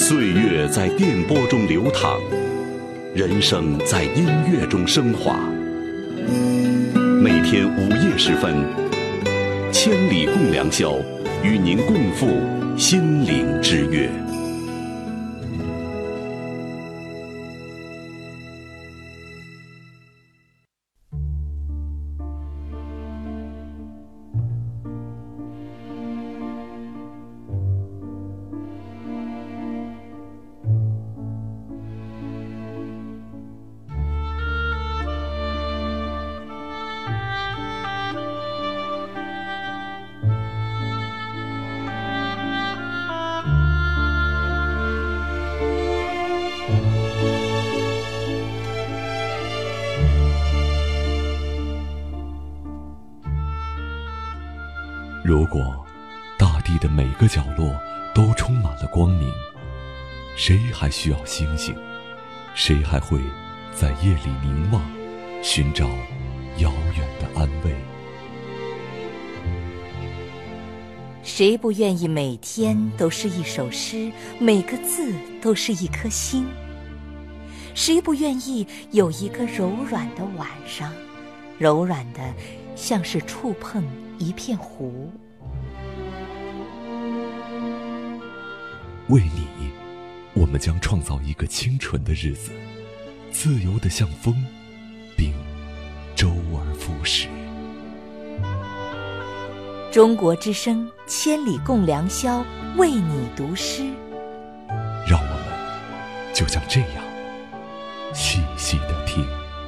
岁月在电波中流淌，人生在音乐中升华。每天午夜时分，千里共良宵，与您共赴心灵之约。 如果大地的每个角落都充满了光明，谁还需要星星？谁还会在夜里凝望，寻找遥远的安慰？ 谁不愿意每天都是一首诗，每个字都是一颗星？谁不愿意有一个柔软的晚上，柔软的像是触碰一片湖？ 为你，我们将创造一个清纯的日子，自由的像风，并周而复始。 中国之声，千里共良宵，为你读诗。 让我们就像这样细细地听。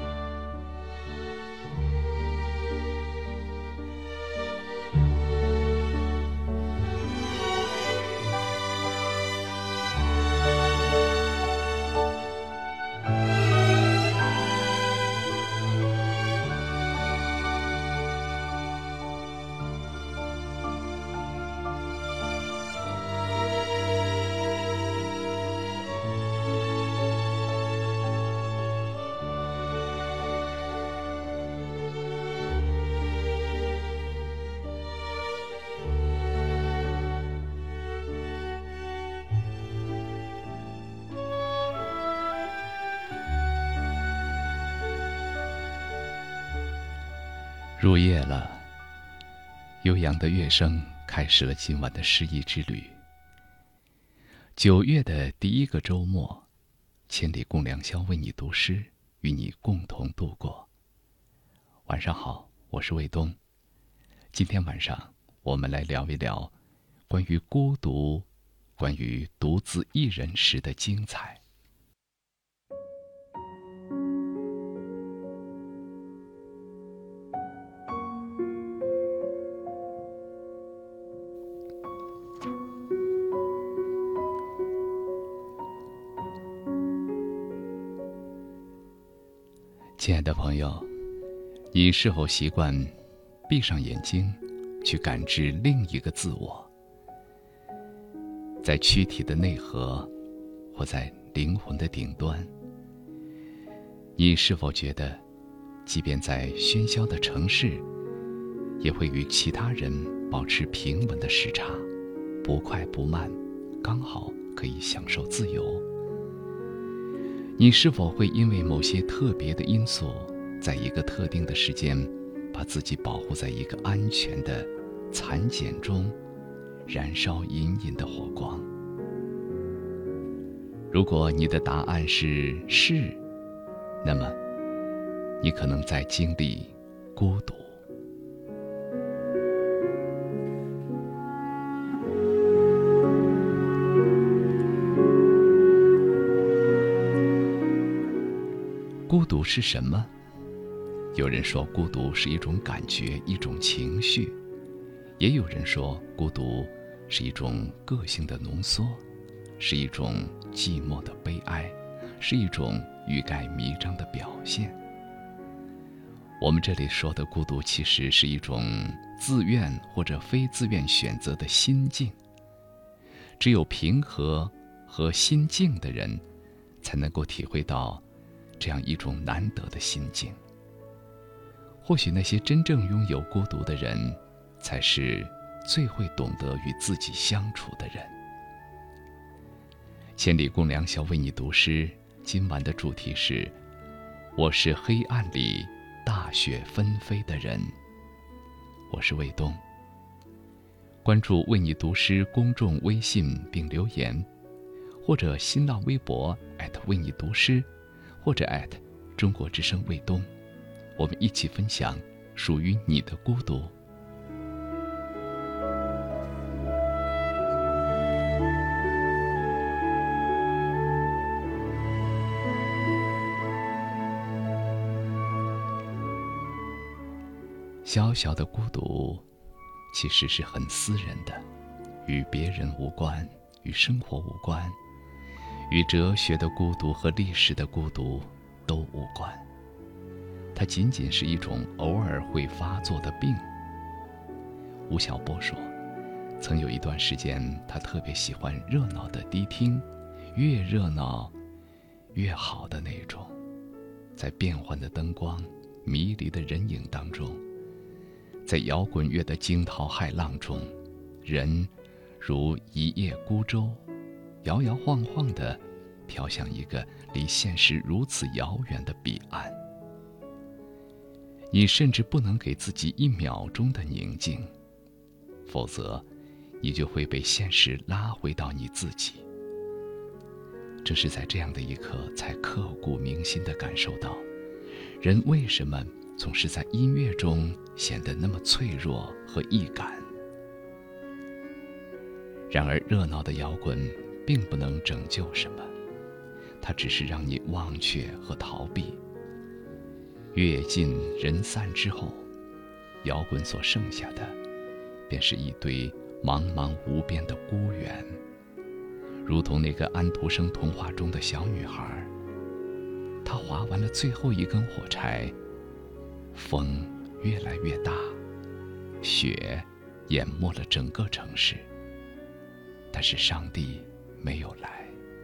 入夜了，悠扬的乐声开始了今晚的诗意之旅。9月的第一个周末，千里共良宵为你读诗，与你共同度过。晚上好，我是卫东。今天晚上我们来聊一聊关于孤独，关于独自一人时的精彩。亲爱的朋友，你是否习惯闭上眼睛去感知另一个自我？在躯体的内核，或在灵魂的顶端，你是否觉得即便在喧嚣的城市，也会与其他人保持平稳的时差，不快不慢，刚好可以享受自由？你是否会因为某些特别的因素，在一个特定的时间，把自己保护在一个安全的蚕茧中，燃烧隐隐的火光？如果你的答案是是，那么你可能在经历孤独。孤独是什么？有人说孤独是一种感觉，一种情绪，也有人说孤独是一种个性的浓缩，是一种寂寞的悲哀，是一种欲盖弥彰的表现。我们这里说的孤独，其实是一种自愿或者非自愿选择的心境。只有平和和心静的人，才能够体会到这样一种难得的心境。或许那些真正拥有孤独的人，才是最会懂得与自己相处的人。 千里共良宵为你读诗，今晚的主题是我是黑暗里大雪纷飞的人。我是卫东。关注为你读诗公众微信并留言，或者新浪微博为你读诗，或者中国之声卫东，我们一起分享属于你的孤独。小小的孤独其实是很私人的，与别人无关，与生活无关，与哲学的孤独和历史的孤独都无关。它仅仅是一种偶尔会发作的病。吴晓波说，曾有一段时间他特别喜欢热闹的迪厅，越热闹越好的那种，在变幻的灯光、迷离的人影当中，在摇滚乐的惊涛骇浪中，人如一叶孤舟，摇摇晃晃地飘向一个离现实如此遥远的彼岸。你甚至不能给自己1秒钟的宁静，否则你就会被现实拉回到你自己。正是在这样的一刻，才刻骨铭心地感受到，人为什么总是在音乐中显得那么脆弱和易感。然而热闹的摇滚并不能拯救什么，它只是让你忘却和逃避。乐尽人散之后，摇滚所剩下的便是一堆茫茫无边的孤原，如同那个安徒生童话中的小女孩，她划完了最后一根火柴，风越来越大，雪淹没了整个城市，但是上帝没有来。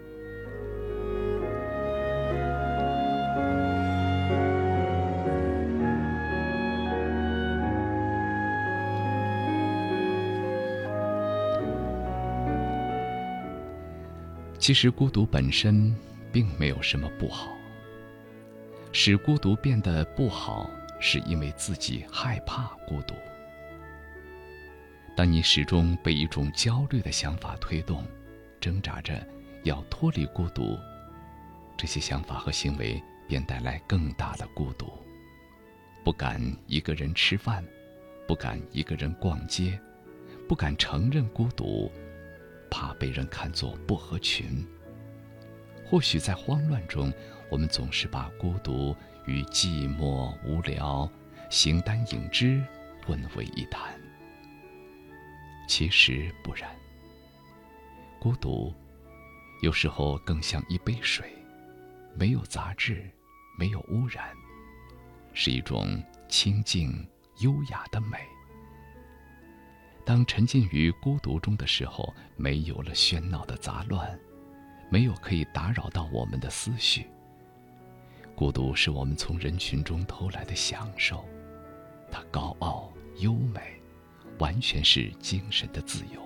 其实孤独本身并没有什么不好，使孤独变得不好，是因为自己害怕孤独。当你始终被一种焦虑的想法推动，挣扎着要脱离孤独，这些想法和行为便带来更大的孤独。不敢一个人吃饭，不敢一个人逛街，不敢承认孤独，怕被人看作不合群。或许在慌乱中，我们总是把孤独与寂寞、无聊、形单影只混为一谈。其实不然，孤独有时候更像一杯水，没有杂质，没有污染，是一种清静优雅的美。当沉浸于孤独中的时候，没有了喧闹的杂乱，没有可以打扰到我们的思绪。孤独是我们从人群中偷来的享受，它高傲优美，完全是精神的自由。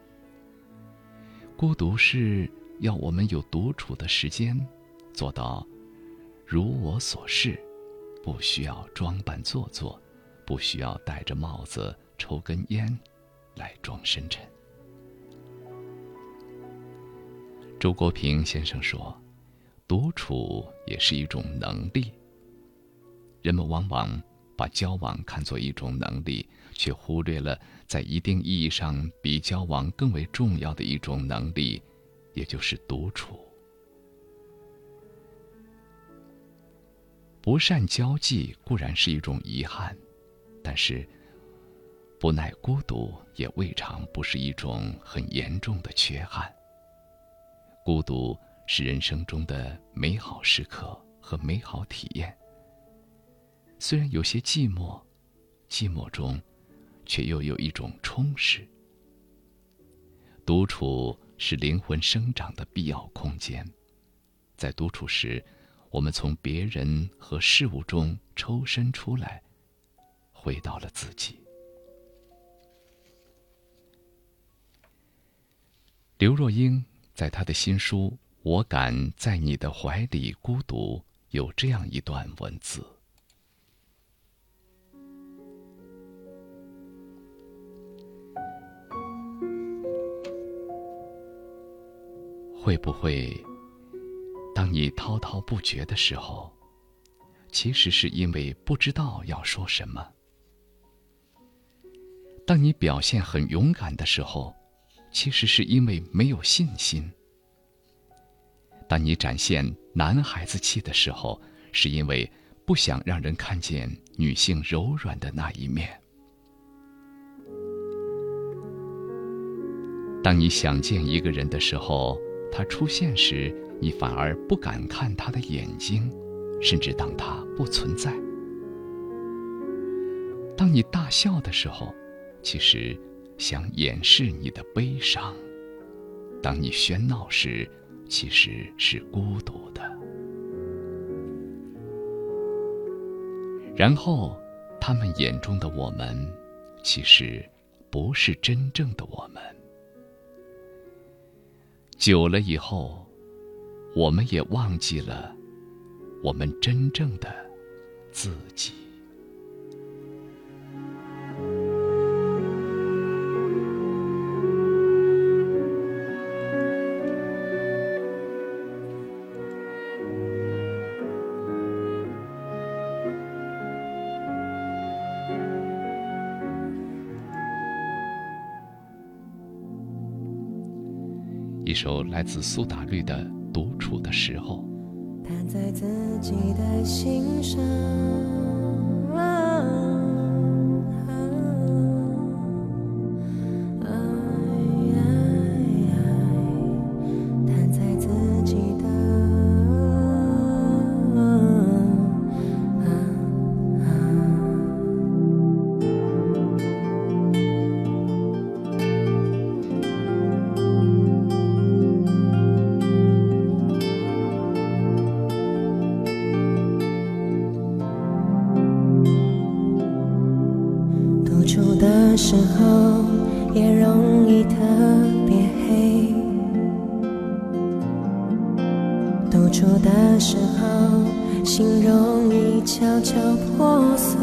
孤独是要我们有独处的时间，做到如我所示，不需要装扮做作，不需要戴着帽子抽根烟来装深沉。周国平先生说，独处也是一种能力。人们往往把交往看作一种能力，却忽略了在一定意义上比交往更为重要的一种能力，也就是独处。不善交际固然是一种遗憾，但是不耐孤独也未尝不是一种很严重的缺憾。孤独是人生中的美好时刻和美好体验，虽然有些寂寞，寂寞中却又有一种充实。独处是灵魂生长的必要空间，在独处时，我们从别人和事物中抽身出来，回到了自己。刘若英在他的新书《我敢在你的怀里孤独》有这样一段文字：会不会当你滔滔不绝的时候，其实是因为不知道要说什么？当你表现很勇敢的时候，其实是因为没有信心？当你展现男孩子气的时候，是因为不想让人看见女性柔软的那一面？当你想见一个人的时候，他出现时，你反而不敢看他的眼睛，甚至当他不存在。当你大笑的时候，其实想掩饰你的悲伤。当你喧闹时，其实是孤独的。然后他们眼中的我们，其实不是真正的我们。久了以后，我们也忘记了我们真正的自己。一首来自苏打绿的《独处的时候》。 弹在自己的心上，弹在自己的的时候也容易特别黑，独处的时候心容易悄悄破碎，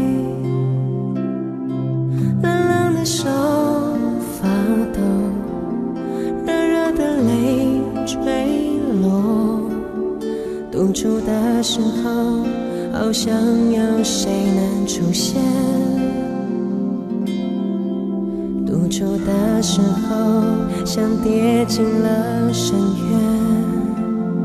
冷冷的手发抖，热热的泪坠落，独处的时候好想有谁能出现，独处的时候像跌进了深渊，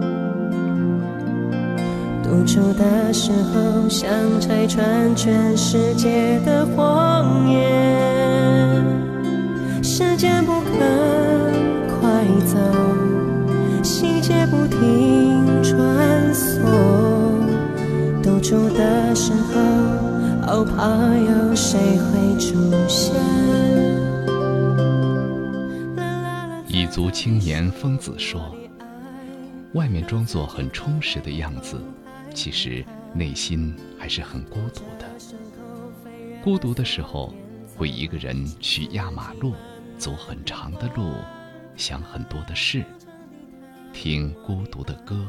独处的时候想拆穿全世界的谎言，时间不肯快走，细节不停穿梭，独处的时候好怕有谁会出现。 彝族青年疯子说，外面装作很充实的样子，其实内心还是很孤独的。孤独的时候会一个人去压马路，走很长的路，想很多的事，听孤独的歌。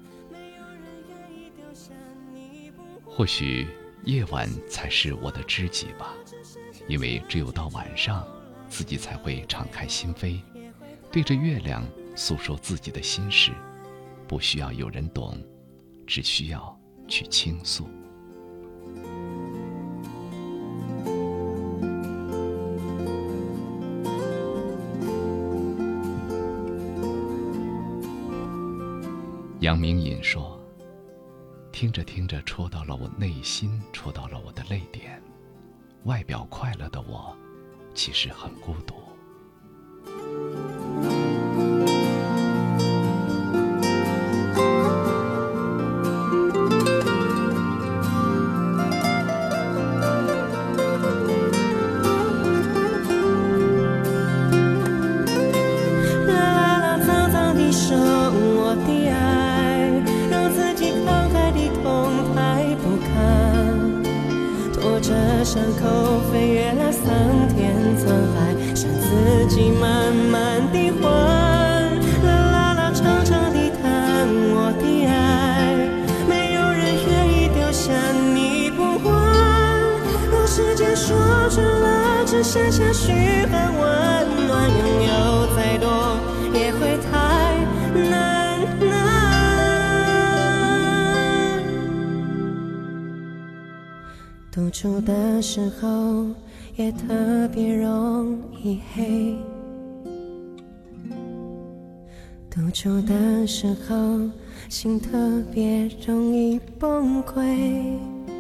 或许夜晚才是我的知己吧，因为只有到晚上，自己才会敞开心扉，对着月亮诉说自己的心事，不需要有人懂，只需要去倾诉。杨明隐说，听着听着戳到了我内心，戳到了我的泪点，外表快乐的我其实很孤独。伤口飞越了桑田沧海，让自己慢慢地还。啦只剩下嘘寒问暖，拥有再多也会太难。独处的时候也特别容易黑，独处的时候心特别容易崩溃，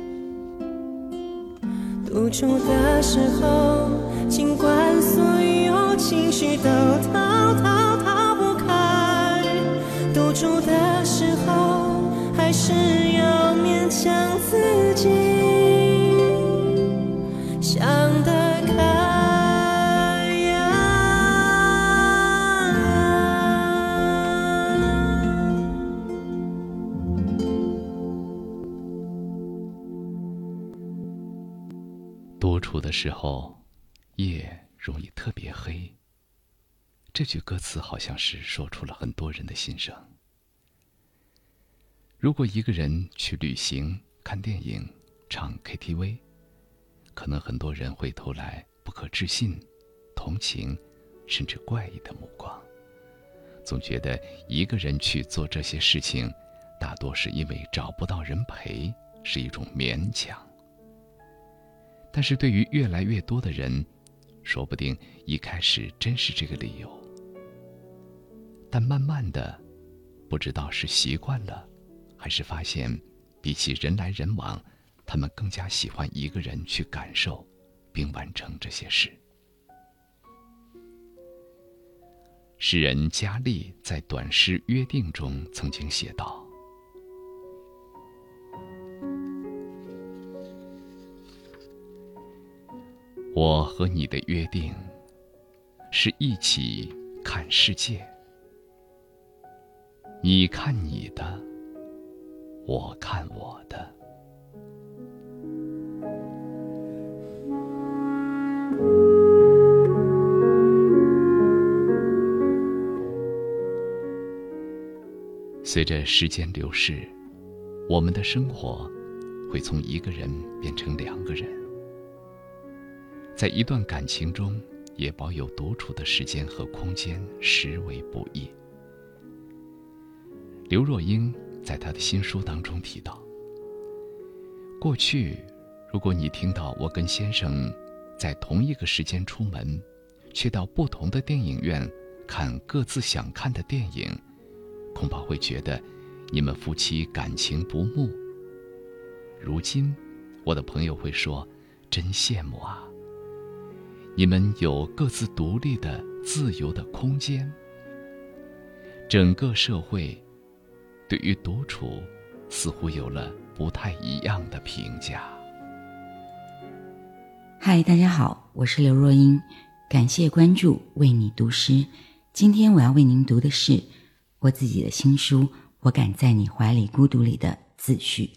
独处的时候尽管所有情绪都逃不开，独处的时候还是要勉强自己想得开呀。 独处的时候，夜容易特别黑。这句歌词好像是说出了很多人的心声。如果一个人去旅行、看电影、唱 KTV， 可能很多人会投来不可置信、同情，甚至怪异的目光，总觉得一个人去做这些事情，大多是因为找不到人陪，是一种勉强。但是对于越来越多的人，说不定一开始真是这个理由，但慢慢的，不知道是习惯了，还是发现比起人来人往，他们更加喜欢一个人去感受并完成这些事。诗人佳丽在短诗《约定》中曾经写道：我和你的约定是一起看世界，你看你的，我看我的。随着时间流逝，我们的生活会从一个人变成两个人。在一段感情中，也保有独处的时间和空间，实为不易。刘若英在她的新书当中提到，过去如果你听到我跟先生在同一个时间出门，却到不同的电影院看各自想看的电影，恐怕会觉得你们夫妻感情不睦。如今我的朋友会说，真羡慕啊，你们有各自独立的自由的空间。整个社会对于独处似乎有了不太一样的评价。 嗨，大家好，我是刘若英，感谢关注为你读诗。今天我要为您读的是我自己的新书《我敢在你怀里孤独》里的自序。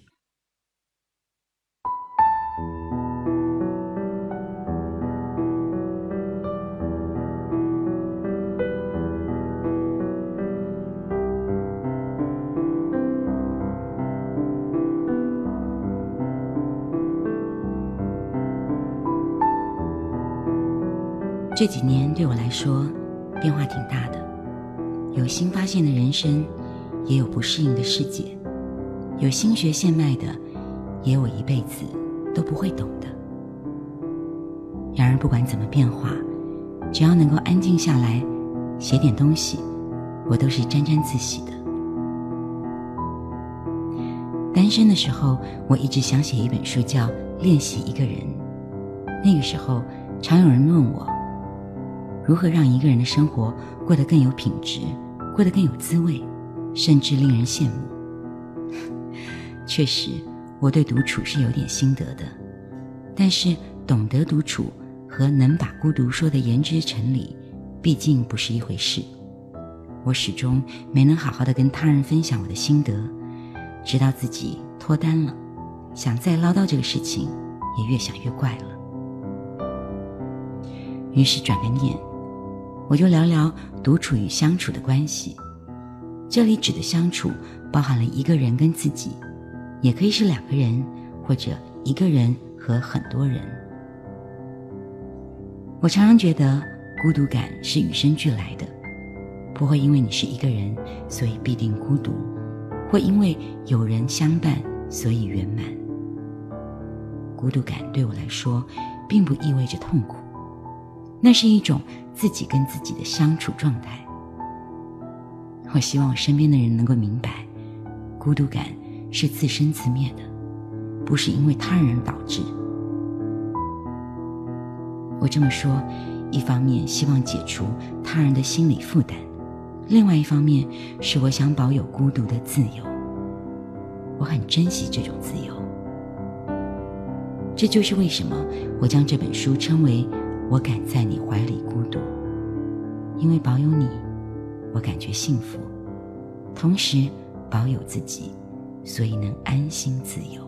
这几年对我来说变化挺大的，有新发现的人生，也有不适应的世界，有心学现迈的，也有我一辈子都不会懂的。然而不管怎么变化，只要能够安静下来写点东西，我都是沾沾自喜的。单身的时候，我一直想写一本书叫《练习一个人》。那个时候常有人问我，如何让一个人的生活过得更有品质，过得更有滋味，甚至令人羡慕。确实，我对独处是有点心得的，但是懂得独处和能把孤独说得言之成理，毕竟不是一回事。我始终没能好好的跟他人分享我的心得，直到自己脱单了，想再唠叨这个事情，也越想越怪了。于是转个念，我就聊聊独处与相处的关系。这里指的相处包含了一个人跟自己，也可以是两个人，或者一个人和很多人。 我常常觉得孤独感是与生俱来的，不会因为你是一个人，所以必定孤独，会因为有人相伴，所以圆满。孤独感对我来说，并不意味着痛苦，那是一种自己跟自己的相处状态。我希望我身边的人能够明白，孤独感是自生自灭的，不是因为他人导致。我这么说，一方面希望解除他人的心理负担，另外一方面是我想保有孤独的自由。我很珍惜这种自由。这就是为什么我将这本书称为《我敢在你怀里孤独》，因为保有你，我感觉幸福，同时保有自己，所以能安心自由。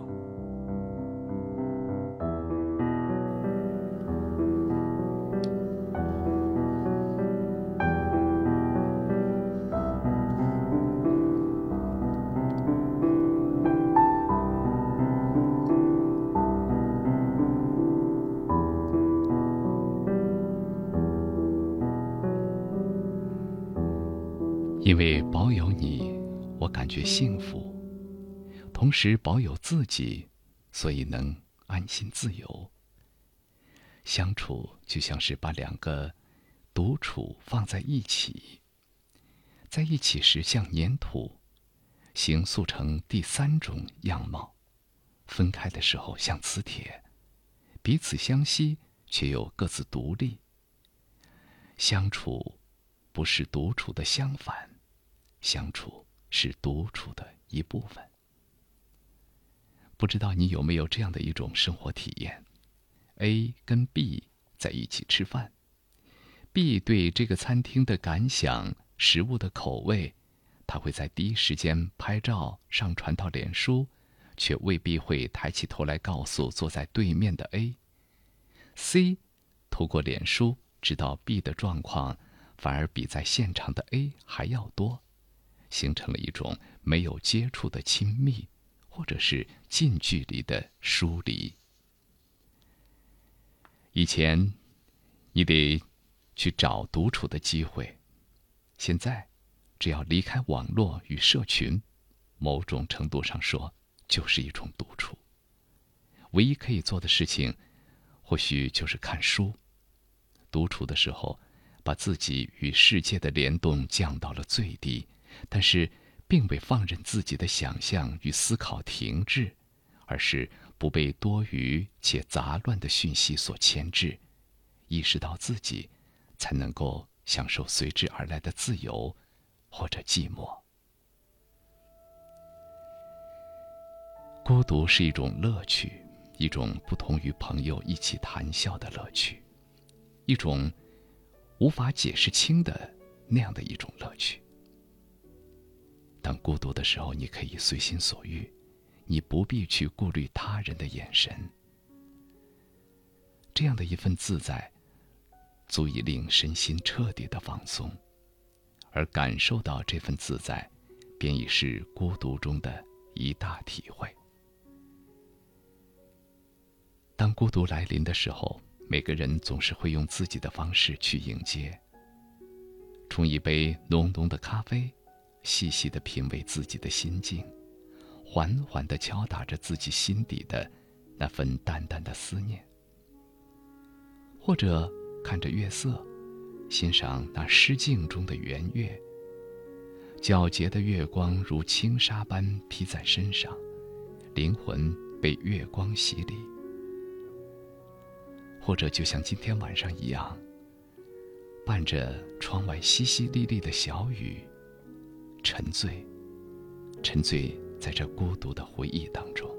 因为保有你，我感觉幸福，同时保有自己，所以能安心自由。相处就像是把两个独处放在一起，在一起时像粘土，形塑成第三种样貌；分开的时候像磁铁，彼此相吸，却又各自独立。相处不是独处的相反，相处是独处的一部分。不知道你有没有这样的一种生活体验？ A 跟 B 在一起吃饭， B 对这个餐厅的感想、食物的口味，他会在第一时间拍照上传到脸书，却未必会抬起头来告诉坐在对面的 A。C 透过脸书知道 B 的状况，反而比在现场的 A 还要多，形成了一种没有接触的亲密，或者是近距离的疏离。以前你得去找独处的机会，现在只要离开网络与社群，某种程度上说就是一种独处。唯一可以做的事情或许就是看书。独处的时候，把自己与世界的联动降到了最低，但是并未放任自己的想象与思考停滞，而是不被多余且杂乱的讯息所牵制，意识到自己，才能够享受随之而来的自由或者寂寞。孤独是一种乐趣，一种不同于朋友一起谈笑的乐趣，一种无法解释清的那样的一种乐趣。当孤独的时候，你可以随心所欲，你不必去顾虑他人的眼神。这样的一份自在，足以令身心彻底的放松，而感受到这份自在，便已是孤独中的一大体会。当孤独来临的时候，每个人总是会用自己的方式去迎接。冲一杯浓浓的咖啡，细细地品味自己的心境，缓缓地敲打着自己心底的那份淡淡的思念。或者看着月色，欣赏那诗境中的圆月，皎洁的月光如轻纱般披在身上，灵魂被月光洗礼。或者就像今天晚上一样，伴着窗外淅淅沥沥的小雨，沉醉在这孤独的回忆当中。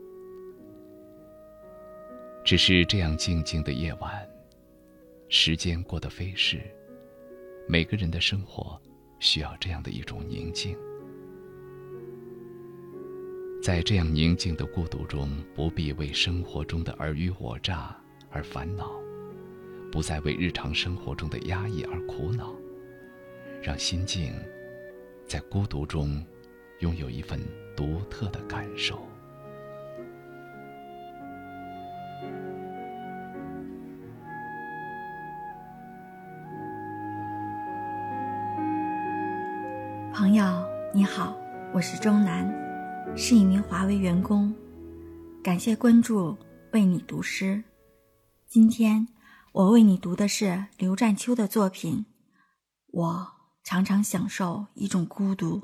只是这样静静的夜晚，时间过得飞逝，每个人的生活需要这样的一种宁静。在这样宁静的孤独中，不必为生活中的尔虞我诈而烦恼，不再为日常生活中的压抑而苦恼，让心境在孤独中拥有一份独特的感受。 朋友你好，我是周楠，是一名华为员工，感谢关注为你读诗。今天我为你读的是刘占秋的作品《我常常享受一种孤独》。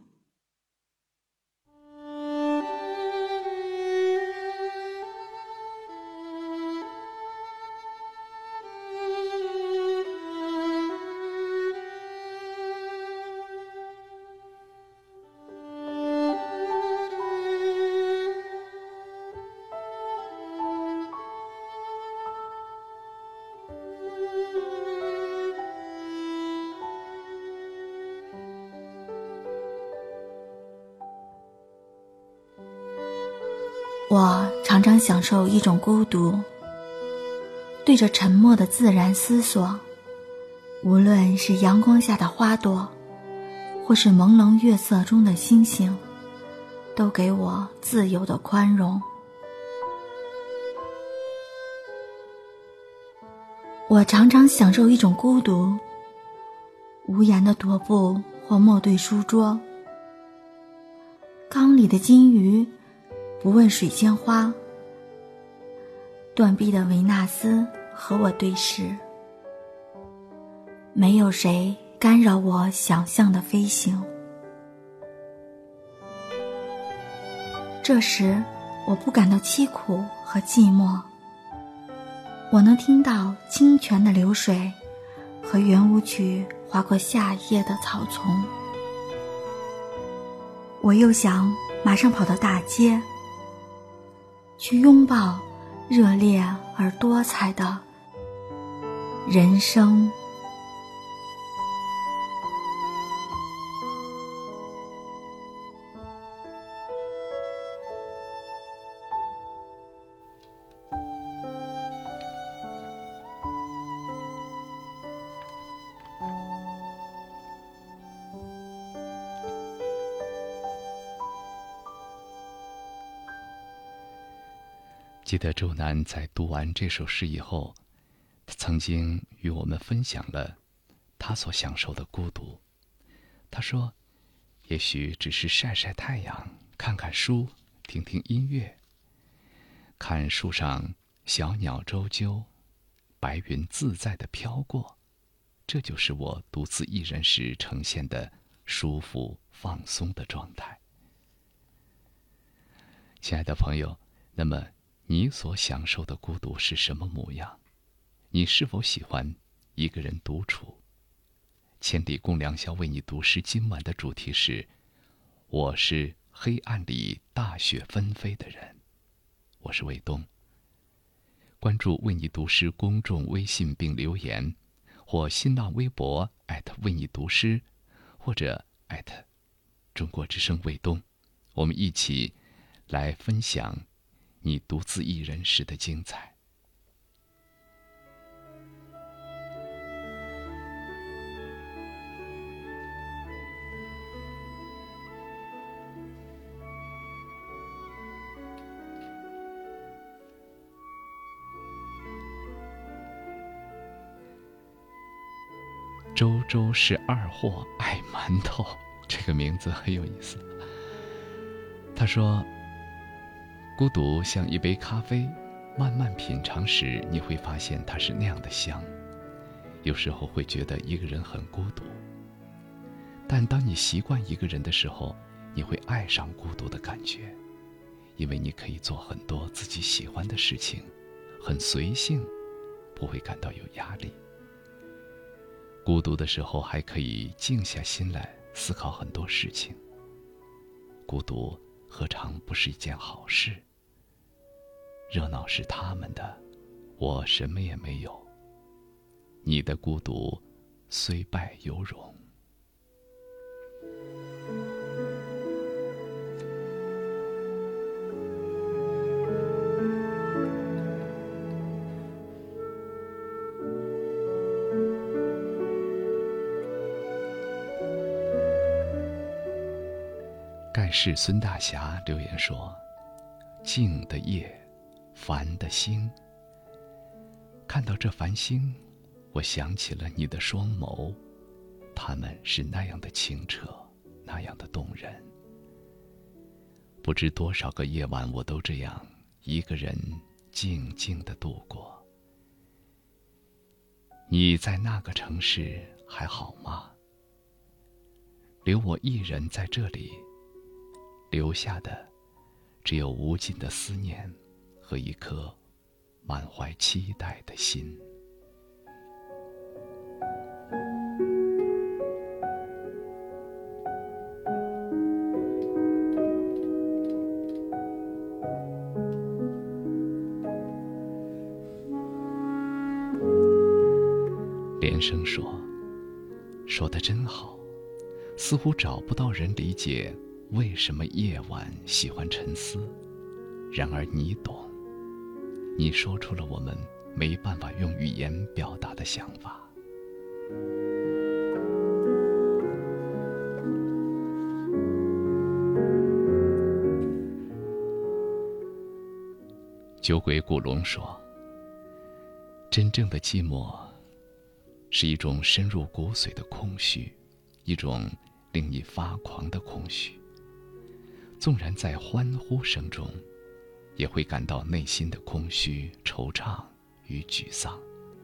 我常常享受一种孤独，对着沉默的自然思索，无论是阳光下的花朵，或是朦胧月色中的星星，都给我自由的宽容。我常常享受一种孤独，无言的踱步或默对书桌，缸里的金鱼不问水间花，断臂的维纳斯和我对视，没有谁干扰我想象的飞行。这时我不感到凄苦和寂寞，我能听到清泉的流水和圆舞曲划过夏夜的草丛。我又想马上跑到大街，去拥抱热烈而多彩的人生。 记得周楠在读完这首诗以后，他曾经与我们分享了他所享受的孤独。他说，也许只是晒晒太阳，看看书，听听音乐，看树上小鸟周啾，白云自在地飘过，这就是我独自一人时呈现的舒服放松的状态。亲爱的朋友，那么你所享受的孤独是什么模样？你是否喜欢一个人独处？千里共良宵为你读诗，今晚的主题是我是黑暗里大雪纷飞的人。我是卫东。关注为你读诗公众微信并留言，或新浪微博为你读诗，或者中国之声卫东，我们一起来分享你独自一人时的精彩。周周是二货爱馒头，这个名字很有意思。他说，孤独像一杯咖啡，慢慢品尝时，你会发现它是那样的香。有时候会觉得一个人很孤独，但当你习惯一个人的时候，你会爱上孤独的感觉，因为你可以做很多自己喜欢的事情，很随性，不会感到有压力。孤独的时候还可以静下心来思考很多事情。孤独何尝不是一件好事？热闹是他们的，我什么也没有。你的孤独虽败犹荣。盖世孙大侠留言说，静的夜，繁的星。看到这繁星，我想起了你的双眸，它们是那样的清澈，那那样的动人。不知多少个夜晚，我都这样一个人静静地度过。你在那个城市还好吗？留我一人在这里，留下的只有无尽的思念和一颗满怀期待的心。连声说得真好，似乎找不到人理解为什么夜晚喜欢沉思，然而你懂，你说出了我们没办法用语言表达的想法。酒鬼古龙说，真正的寂寞是一种深入骨髓的空虚，一种令你发狂的空虚。纵然在欢呼声中，也会感到内心的空虚、惆怅与沮丧。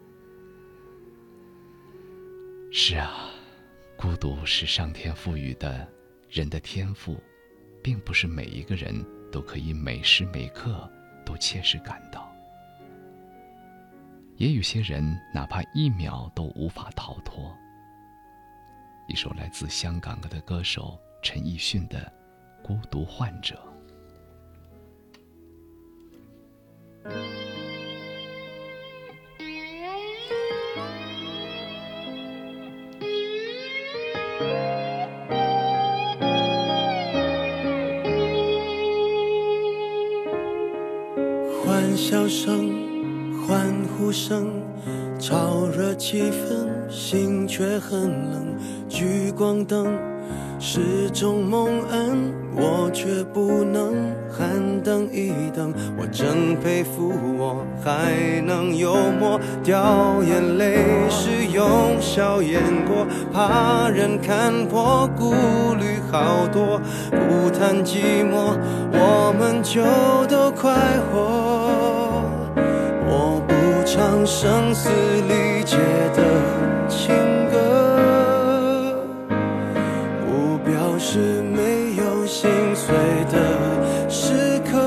是啊，孤独是上天赋予的人的天赋，并不是每一个人都可以每时每刻都切实感到。也有些人哪怕1秒都无法逃脱。一首来自香港的歌手陈奕迅的《孤独患者》。 欢笑声，欢呼声，炒热气氛，心却很冷。聚光灯是种蒙恩，我却不能喊等一等。我真佩服我还能幽默，掉眼泪是用笑掩过，怕人看破，顾虑好多。不谈寂寞，我们就都快活。我不唱声嘶力竭的情歌，不表示没有心碎的时刻。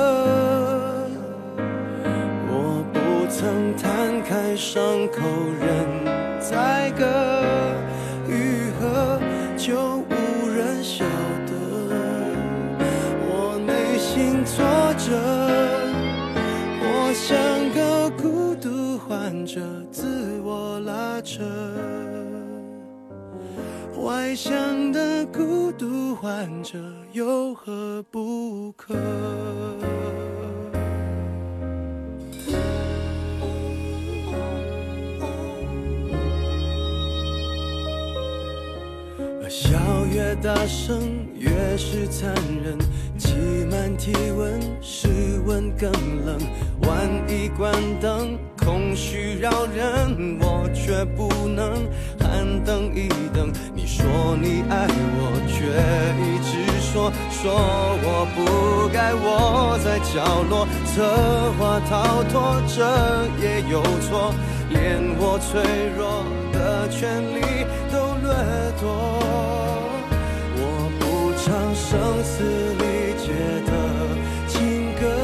我不曾摊开伤口任宰割，愈合就无人晓得。我内心挫折，我像个孤独患者，自我拉扯。外向的孤独患者有何不可？笑越大声越是残忍，挤满体温，室温更冷。万一关灯，空虚扰人，我却不能喊等一等。你说你爱我，却一直说我不该窝在角落，策划逃脱，这也有错，连我脆弱的权利都掠夺。我不唱声嘶力竭的情歌，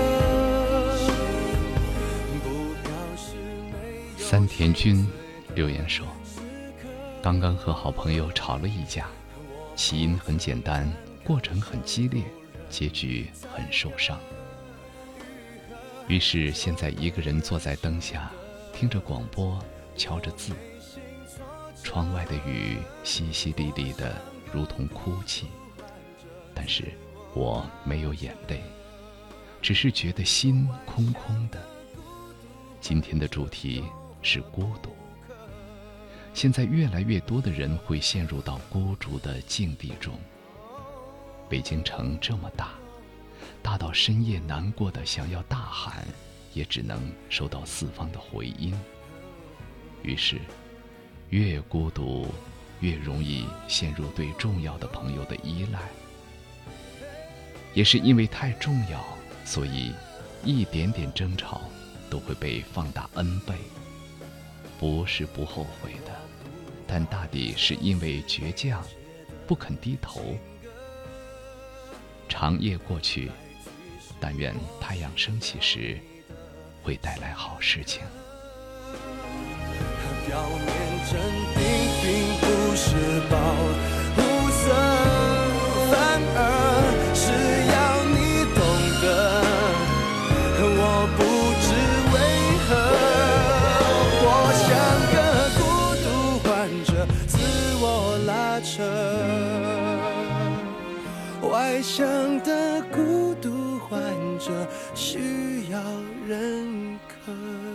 不表示没有。 三田君留言说，刚刚和好朋友吵了一架，起因很简单，过程很激烈，结局很受伤。于是现在一个人坐在灯下，听着广播，敲着字，窗外的雨淅淅沥沥的如同哭泣，但是我没有眼泪，只是觉得心空空的。今天的主题是孤独。现在越来越多的人会陷入到孤独的境地中。北京城这么大，大到深夜难过的想要大喊，也只能收到四方的回音。于是越孤独越容易陷入对重要的朋友的依赖。也是因为太重要，所以一点点争吵都会被放大 N 倍。不是不后悔的，但大抵是因为倔强，不肯低头。长夜过去，但愿太阳升起时会带来好事情。 表面镇定并不是保护色，反而是要你懂得，我不知为何我像个孤独患者，自我拉扯，外向的孤独患者需要认可。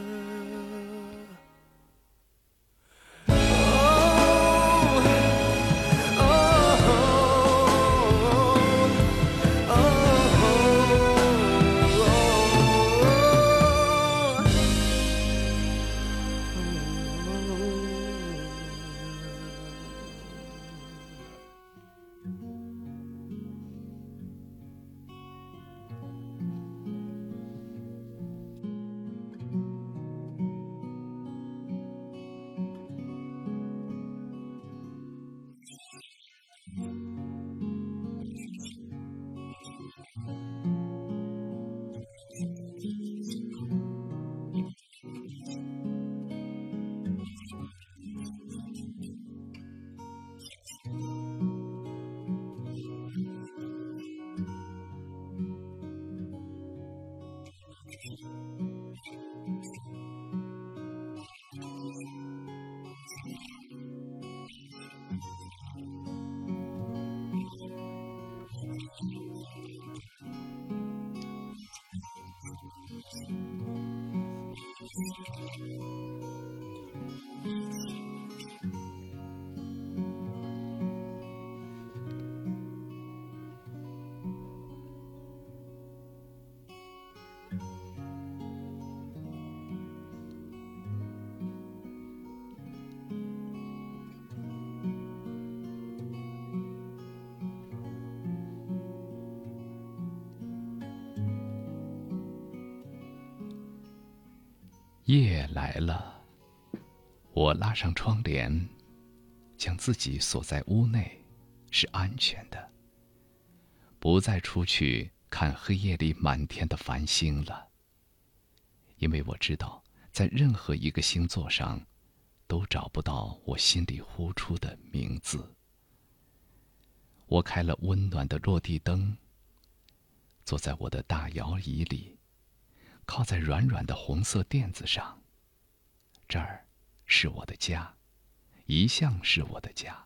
夜来了，我拉上窗帘，将自己锁在屋内，是安全的，不再出去看黑夜里满天的繁星了。因为我知道，在任何一个星座上，都找不到我心里呼出的名字。我开了温暖的落地灯，坐在我的大摇椅里，靠在软软的红色垫子上。这儿是我的家，一向是我的家。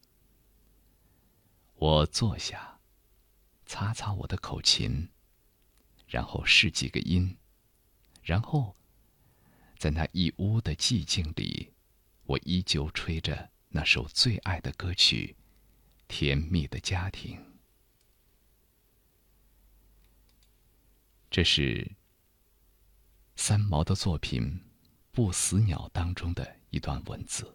我坐下，擦擦我的口琴，然后试几个音，然后在那一屋的寂静里，我依旧吹着那首最爱的歌曲《甜蜜的家庭》。这是三毛的作品《不死鸟》当中的一段文字。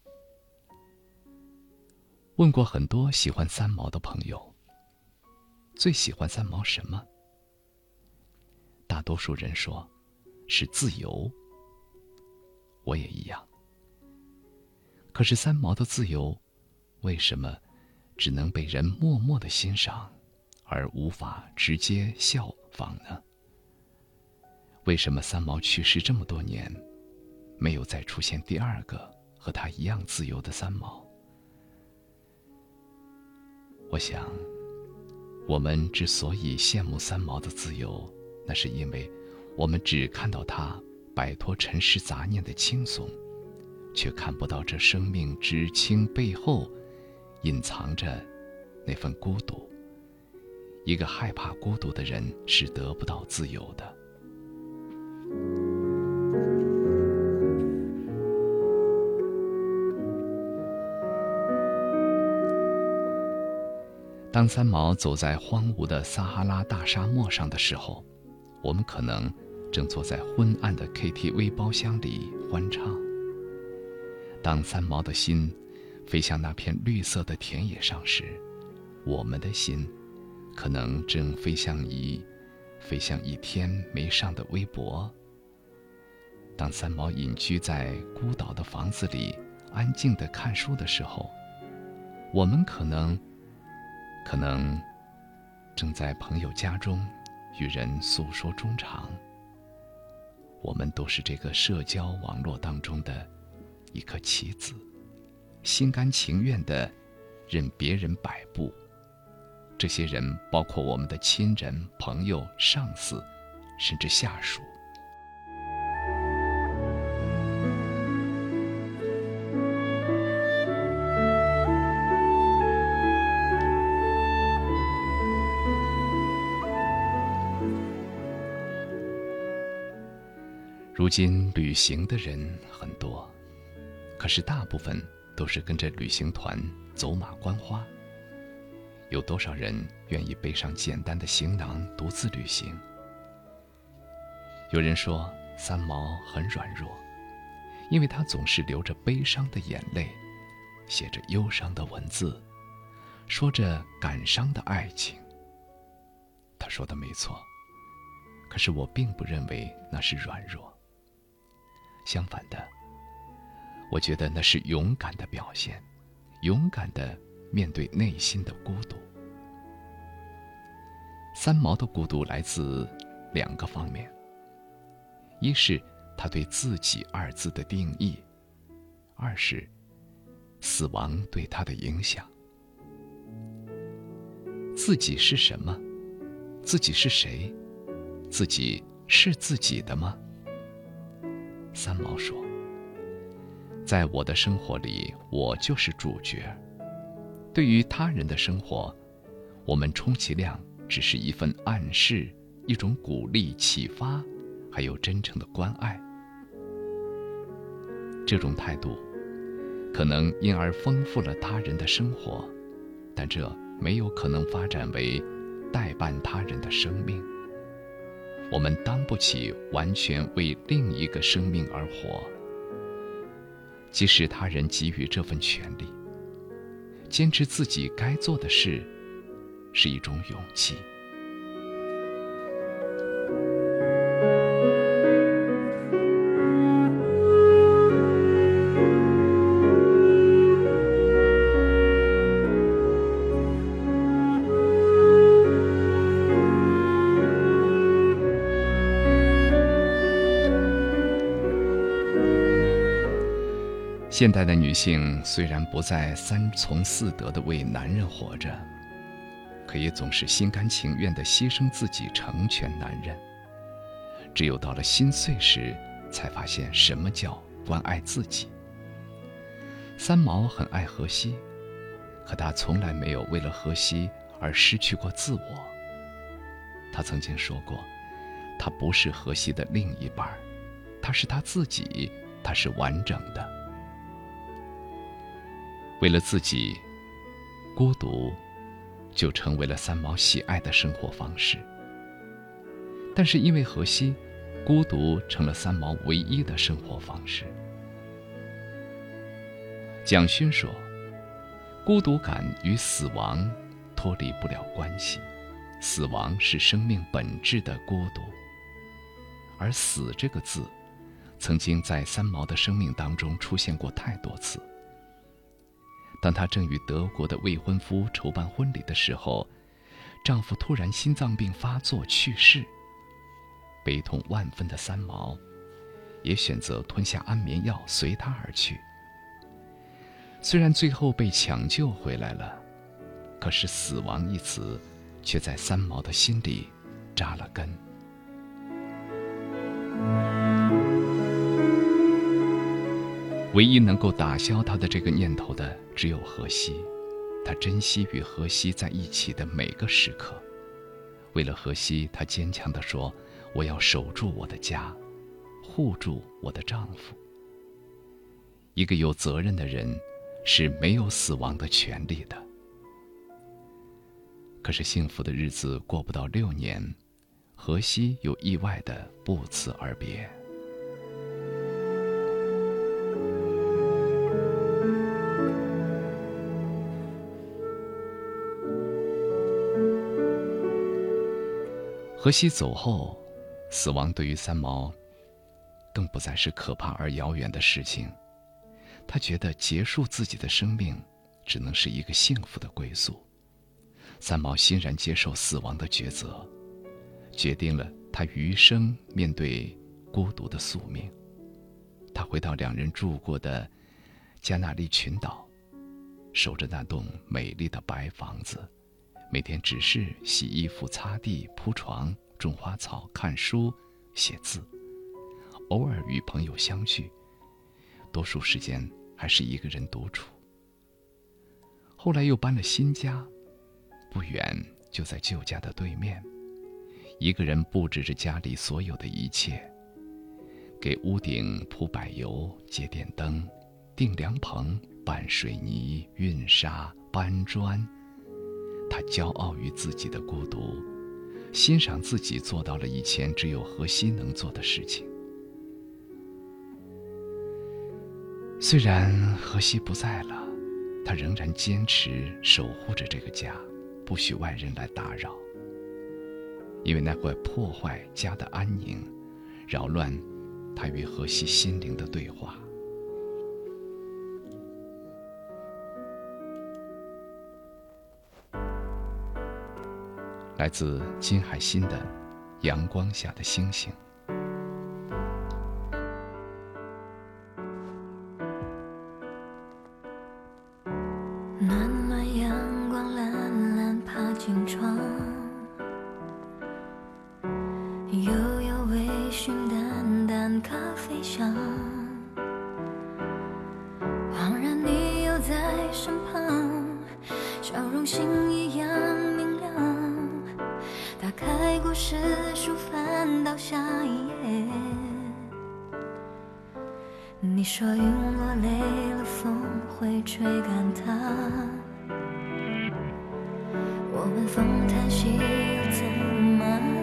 问过很多喜欢三毛的朋友，最喜欢三毛什么？大多数人说是自由。我也一样。可是三毛的自由，为什么只能被人默默地欣赏，而无法直接效仿呢？为什么三毛去世这么多年，没有再出现第二个和他一样自由的三毛？我想，我们之所以羡慕三毛的自由，那是因为我们只看到他摆脱尘世杂念的轻松，却看不到这生命之轻背后隐藏着那份孤独。一个害怕孤独的人是得不到自由的。当三毛走在荒芜的撒哈拉大沙漠上的时候，我们可能正坐在昏暗的 KTV 包厢里欢唱。当三毛的心飞向那片绿色的田野上时，我们的心可能正飞向一天没上的微博。当三毛隐居在孤岛的房子里安静地看书的时候，我们可能正在朋友家中与人诉说衷肠。我们都是这个社交网络当中的一颗棋子，心甘情愿地任别人摆布。这些人包括我们的亲人、朋友、上司，甚至下属。如今旅行的人很多，可是大部分都是跟着旅行团走马观花。有多少人愿意背上简单的行囊独自旅行？有人说三毛很软弱，因为他总是流着悲伤的眼泪，写着忧伤的文字，说着感伤的爱情。他说的没错，可是我并不认为那是软弱。相反的，我觉得那是勇敢的表现，勇敢地面对内心的孤独。三毛的孤独来自两个方面，一是他对自己二字的定义，二是死亡对他的影响。自己是什么？自己是谁？自己是自己的吗？三毛说，在我的生活里，我就是主角。对于他人的生活，我们充其量只是一份暗示，一种鼓励、启发，还有真诚的关爱。这种态度可能因而丰富了他人的生活，但这没有可能发展为代办他人的生命。我们当不起完全为另一个生命而活。即使他人给予这份权利，坚持自己该做的事，是一种勇气。现代的女性虽然不再三从四德地为男人活着，可也总是心甘情愿地牺牲自己成全男人。只有到了心碎时，才发现什么叫关爱自己。三毛很爱荷西，可他从来没有为了荷西而失去过自我。他曾经说过，他不是荷西的另一半，他是他自己，他是完整的。为了自己，孤独就成为了三毛喜爱的生活方式。但是因为荷西，孤独成了三毛唯一的生活方式。蒋勋说，孤独感与死亡脱离不了关系，死亡是生命本质的孤独。而死这个字，曾经在三毛的生命当中出现过太多次。当她正与德国的未婚夫筹办婚礼的时候，丈夫突然心脏病发作去世。悲痛万分的三毛也选择吞下安眠药随他而去。虽然最后被抢救回来了，可是死亡一词却在三毛的心里扎了根。唯一能够打消他的这个念头的只有荷西，他珍惜与荷西在一起的每个时刻。为了荷西，他坚强地说，我要守住我的家，护住我的丈夫。一个有责任的人是没有死亡的权利的。可是幸福的日子过不到6年，荷西又意外地不辞而别。 荷西走后，死亡对于三毛更不再是可怕而遥远的事情。他觉得结束自己的生命只能是一个幸福的归宿。三毛欣然接受死亡的抉择，决定了他余生面对孤独的宿命。他回到两人住过的加那利群岛，守着那栋美丽的白房子，每天只是洗衣服、擦地、铺床、种花草、看书、写字，偶尔与朋友相聚，多数时间还是一个人独处。后来又搬了新家，不远就在旧家的对面，一个人布置着家里所有的一切，给屋顶铺柏油、接电灯、订凉棚、拌水泥、运沙、搬砖。他骄傲于自己的孤独，欣赏自己做到了以前只有荷西能做的事情。虽然荷西不在了，他仍然坚持守护着这个家，不许外人来打扰，因为那会破坏家的安宁，扰乱他与荷西心灵的对话。来自金海心的《阳光下的星星》。 暖暖阳光懒懒爬进窗，悠悠微醺淡淡咖啡香，恍然你又在身旁，笑容星一样明亮。打开故事书，翻到下一页，你说云落累了，风会吹干它。我问风叹息又怎么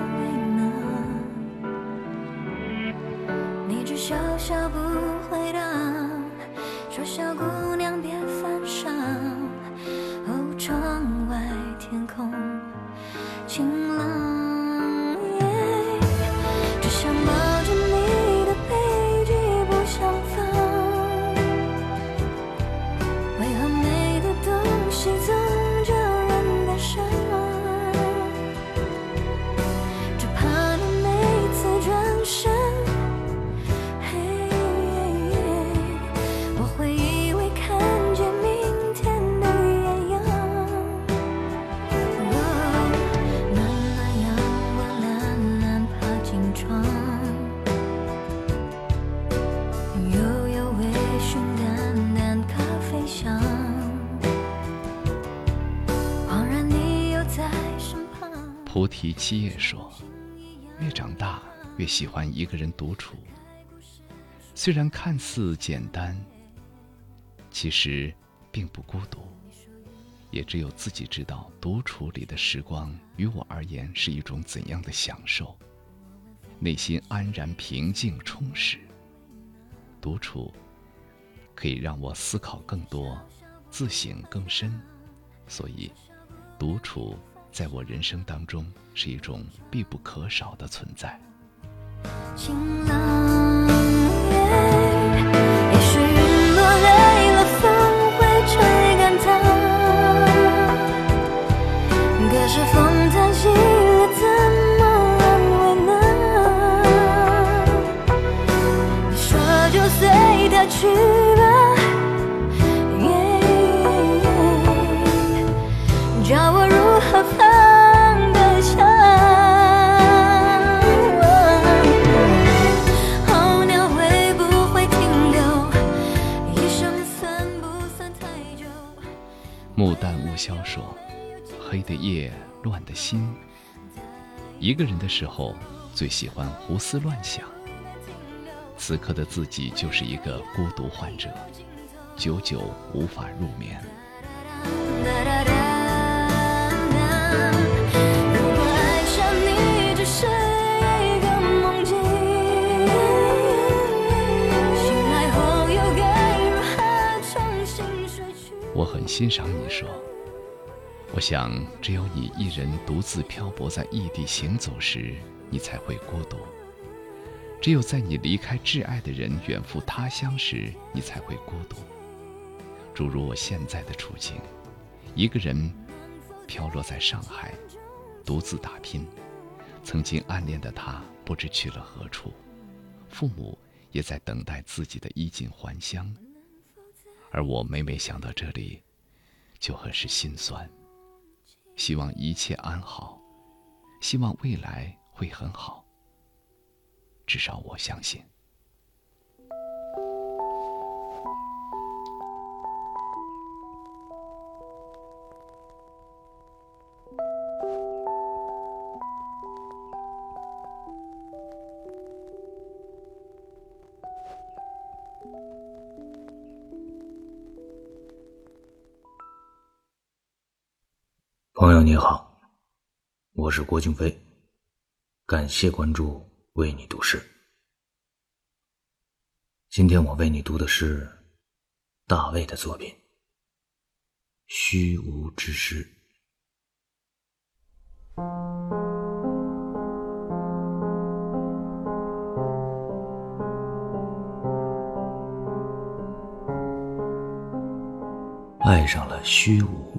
为呢？你只笑笑不回答，说小姑娘别犯傻。哦，窗外天空晴朗。只想抱着你的背脊不想放，为何美的东西总叫人感伤？只怕你每次转身，我会以为看见明天的艳阳。暖暖阳光懒懒爬进窗，悠悠微醺淡淡咖啡香，恍然你又在身旁。 菩提七叶说，越长大越喜欢一个人独处。虽然看似简单，其实并不孤独，也只有自己知道独处里的时光于我而言是一种怎样的享受，内心安然平静充实。独处可以让我思考更多，自省更深，所以独处在我人生当中是一种必不可少的存在。 晴朗，也许云落累了，风会吹干它。可是风叹息了，怎么安慰呢？你说就随它去吧，叫我如何放得下？候鸟会不会停留？一生算不算太久？ 木旦雾消说，黑的夜，乱的心。一个人的时候，最喜欢胡思乱想。此刻的自己就是一个孤独患者，久久无法入眠。 如果爱上你只是一个梦境，醒来后又该如何重新睡去？ 我很欣赏你说，我想，只有你一人独自漂泊在异地行走时，你才会孤独；只有在你离开挚爱的人远赴他乡时，你才会孤独。诸如我现在的处境，一个人飘落在上海，独自打拼，曾经暗恋的他不知去了何处，父母也在等待自己的衣锦还乡，而我每每想到这里，就很是心酸。希望一切安好，希望未来会很好，至少我相信。 朋友你好，我是郭京飞，感谢关注为你读诗。今天我为你读的是大卫的作品《虚无之诗》。爱上了虚无，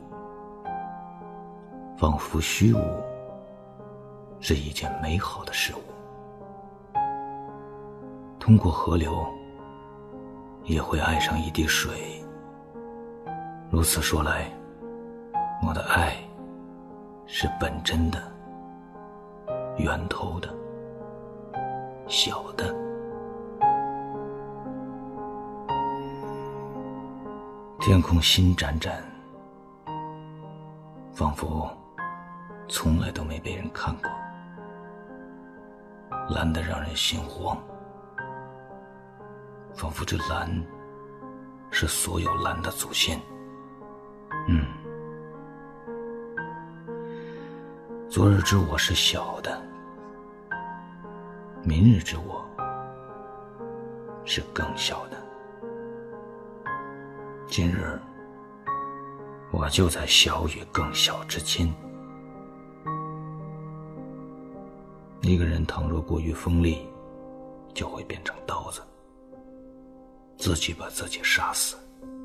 仿佛虚无是一件美好的事物。通过河流，也会爱上一滴水。如此说来，我的爱是本真的、源头的、小的。天空星闪闪，仿佛从来都没被人看过，蓝得让人心慌，仿佛这蓝是所有蓝的祖先。昨日之我是小的，明日之我是更小的。今日我就在小与更小之间。一个人倘若过于锋利，就会变成刀子，自己把自己杀死。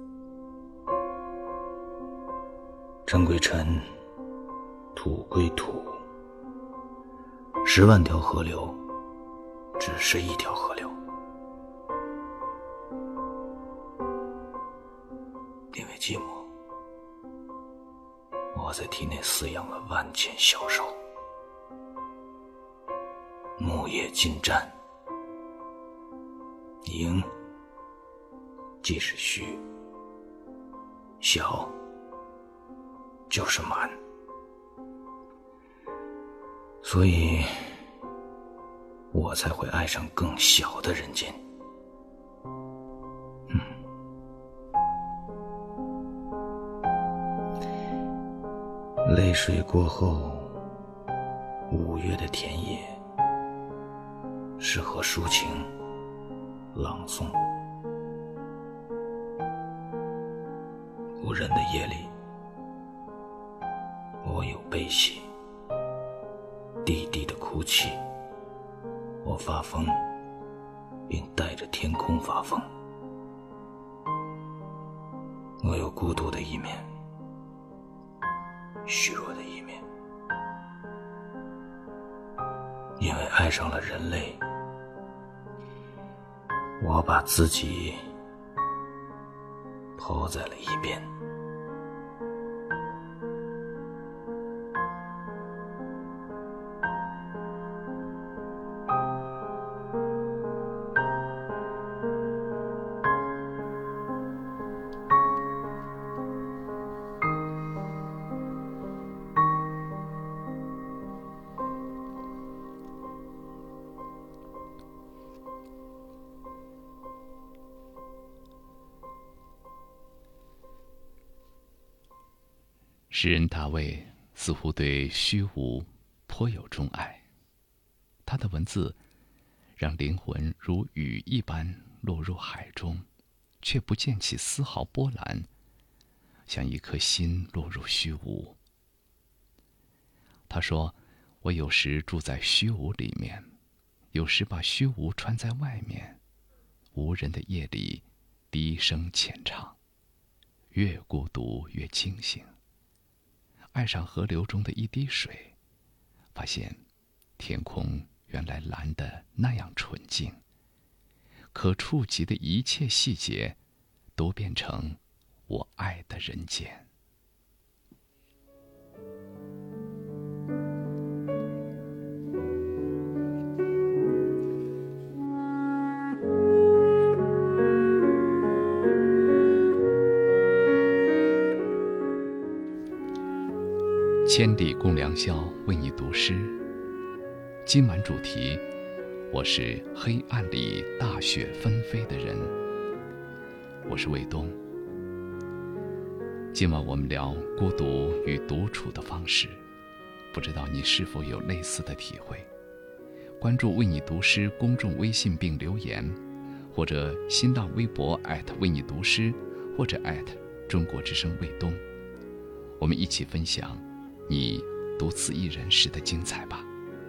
尘归尘，土归土，10万条河流只是一条河流。因为寂寞，我在体内饲养了万千小兽，木叶尽战，盈即是虚，小就是满，所以我才会爱上更小的人间。泪水过后，5月的田野适合抒情朗诵。无人的夜里，我有悲喜，低低的哭泣。我发疯，并带着天空发疯。我有孤独的一面，虚弱的一面。因为爱上了人类，我把自己抛在了一边。 诗人大卫似乎对虚无颇有钟爱，他的文字让灵魂如雨一般落入海中，却不溅起丝毫波澜，像一颗心落入虚无， 他说，我有时住在虚无里面，有时把虚无穿在外面，无人的夜里低声浅唱，越孤独越清醒。爱上河流中的一滴水，发现天空原来蓝得那样纯净，可触及的一切细节都变成我爱的人间。千里共良宵，为你读诗。今晚主题，我是黑暗里大雪纷飞的人。我是卫东。今晚我们聊孤独与独处的方式，不知道你是否有类似的体会？关注为你读诗公众微信并留言，或者新浪微博为你读诗，或者中国之声卫东，我们一起分享你独自一人时的精彩吧。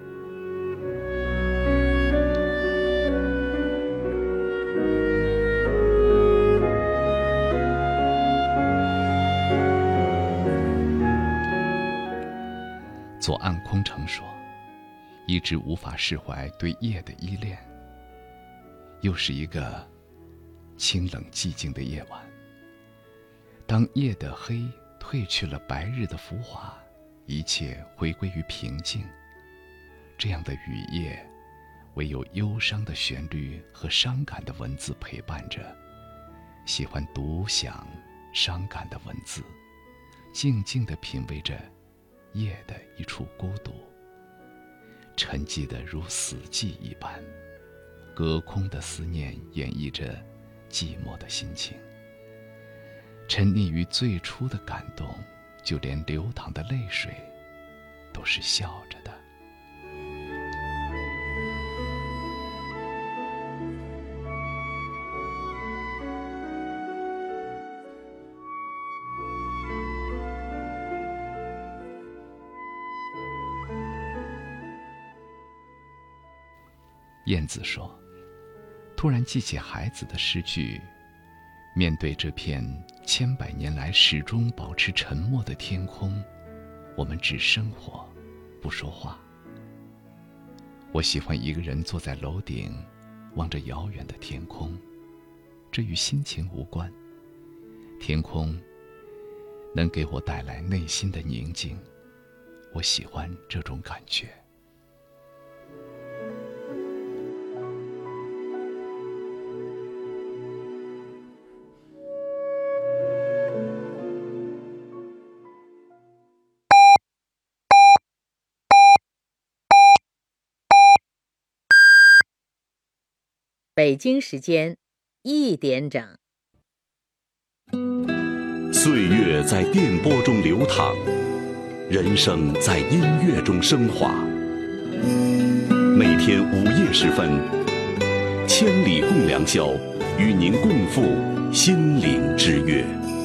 左岸空城说，一直无法释怀对夜的依恋。又是一个清冷寂静的夜晚，当夜的黑褪去了白日的浮华，一切回归于平静。这样的雨夜，唯有忧伤的旋律和伤感的文字陪伴着。喜欢独享伤感的文字，静静地品味着夜的一处孤独，沉寂得如死寂一般。隔空的思念演绎着寂寞的心情，沉溺于最初的感动，就连流淌的泪水都是笑着的。燕子说，突然记起孩子的诗句，面对这片千百年来始终保持沉默的天空，我们只生活，不说话。我喜欢一个人坐在楼顶，望着遥远的天空，这与心情无关。天空能给我带来内心的宁静，我喜欢这种感觉。 北京时间1点整。 岁月在电波中流淌，人生在音乐中升华。每天午夜时分，千里共良宵，与您共赴心灵之约。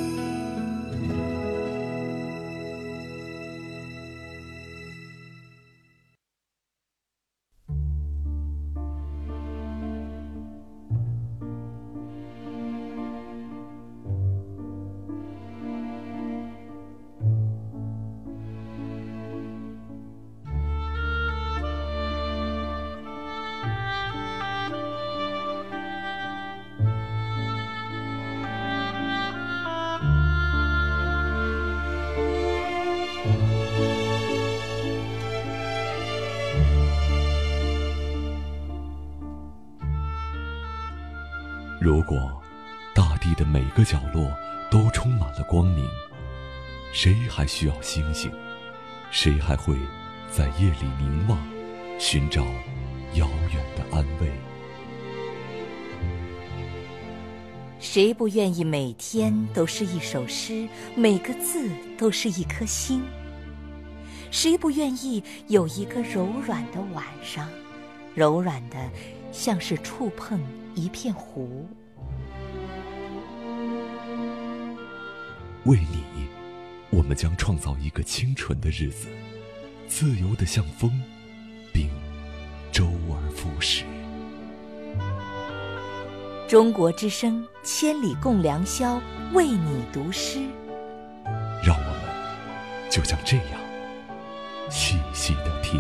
如果大地的每个角落都充满了光明，谁还需要星星？谁还会在夜里凝望，寻找遥远的安慰？ 谁不愿意每天都是一首诗，每个字都是一颗心？谁不愿意有一个柔软的晚上，柔软的像是触碰一片湖？ 为你，我们将创造一个清纯的日子， 自由地像风，并周而复始。 中国之声，千里共良宵，为你读诗。 让我们就像这样细细地听。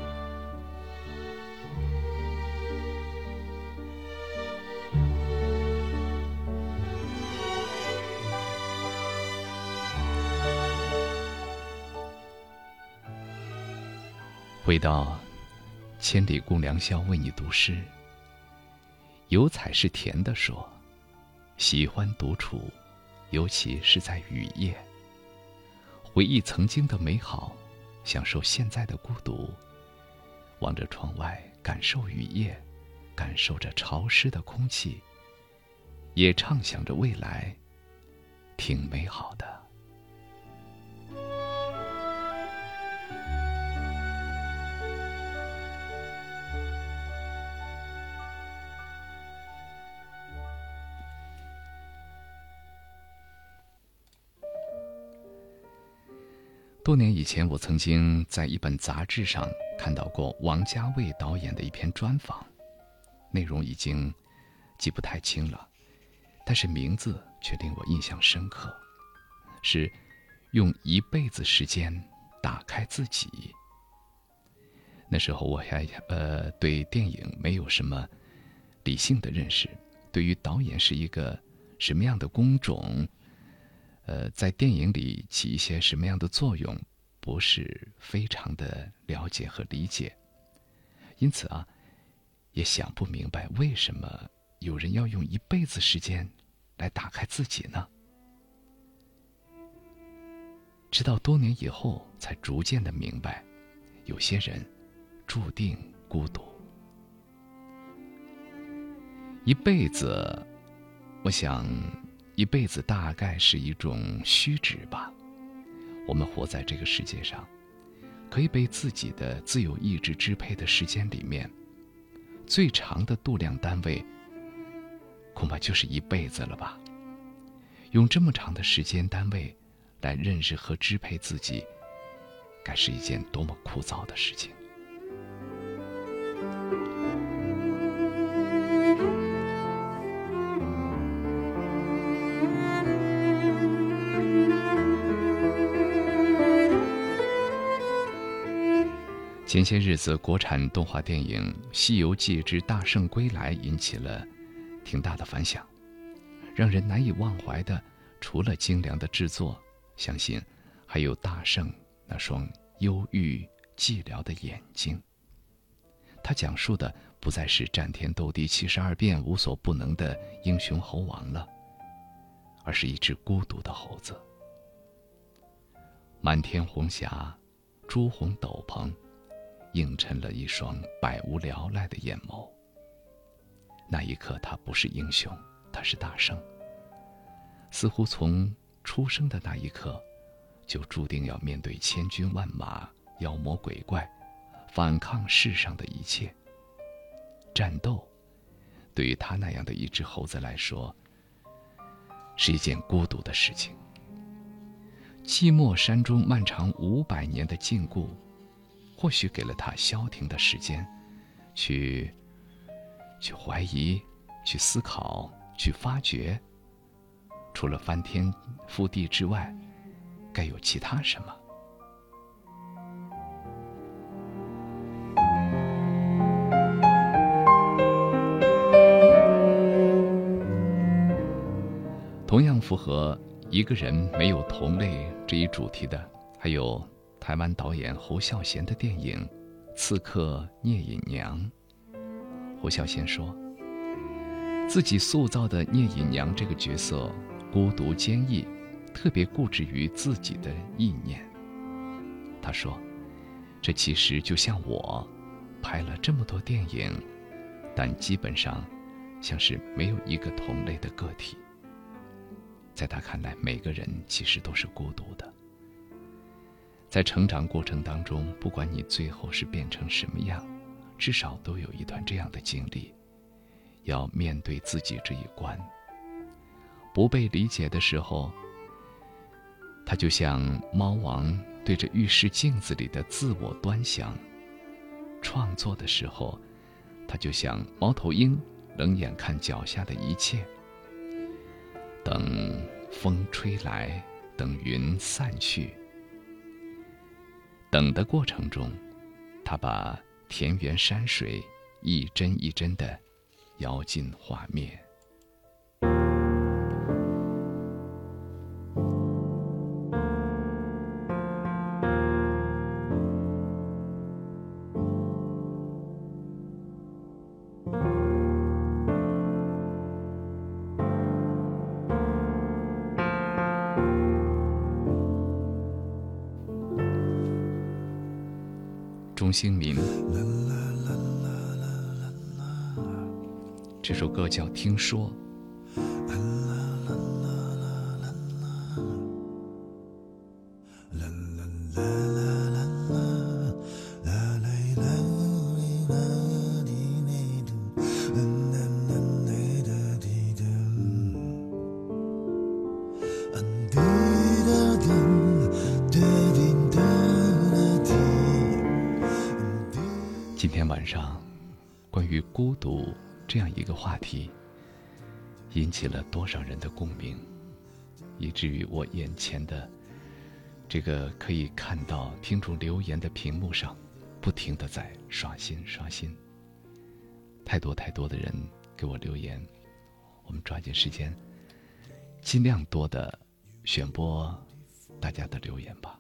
回到千里共良宵，为你读诗。有彩是甜的说，喜欢独处，尤其是在雨夜，回忆曾经的美好，享受现在的孤独，望着窗外，感受雨夜，感受着潮湿的空气，也畅想着未来，挺美好的。多年以前，我曾经在一本杂志上看到过王家卫导演的一篇专访，内容已经记不太清了，但是名字却令我印象深刻，是用一辈子时间打开自己。那时候我还对电影没有什么理性的认识，对于导演是一个什么样的工种，在电影里起一些什么样的作用，不是非常的了解和理解，因此也想不明白为什么有人要用一辈子时间来打开自己呢？直到多年以后，才逐渐的明白，有些人注定孤独。一辈子，我想一辈子大概是一种虚指吧。我们活在这个世界上，可以被自己的自由意志支配的时间里面，最长的度量单位恐怕就是一辈子了吧。用这么长的时间单位来认识和支配自己，该是一件多么枯燥的事情。前些日子，国产动画电影《西游记之大圣归来》引起了挺大的反响，让人难以忘怀的，除了精良的制作，相信还有大圣那双忧郁寂寥的眼睛。他讲述的不再是战天斗地72变无所不能的英雄猴王了，而是一只孤独的猴子。满天红霞，朱红斗篷，映衬了一双百无聊赖的眼眸。那一刻，他不是英雄，他是大圣。似乎从出生的那一刻，就注定要面对千军万马、妖魔鬼怪，反抗世上的一切。战斗，对于他那样的一只猴子来说，是一件孤独的事情。寂寞山中漫长500年的禁锢，或许给了他消停的时间，去怀疑，去思考，去发掘。除了翻天覆地之外，该有其他什么？同样符合一个人没有同类这一主题的，还有台湾导演侯孝贤的电影《刺客聂隐娘》。侯孝贤说，自己塑造的聂隐娘这个角色孤独坚毅，特别固执于自己的意念。他说，这其实就像我拍了这么多电影，但基本上像是没有一个同类的个体。在他看来，每个人其实都是孤独的。在成长过程当中，不管你最后是变成什么样，至少都有一段这样的经历，要面对自己这一关。不被理解的时候，他就像猫王对着浴室镜子里的自我端详。创作的时候，他就像猫头鹰，冷眼看脚下的一切。等风吹来，等云散去。等的过程中，他把田园山水一帧一帧地摇进画面。钟兴民，这首歌叫《听说》。今天晚上，关于孤独这样一个话题，引起了多少人的共鸣，以至于我眼前的这个可以看到听众留言的屏幕上，不停地在刷新。太多的人给我留言，我们抓紧时间，尽量多的选播大家的留言吧。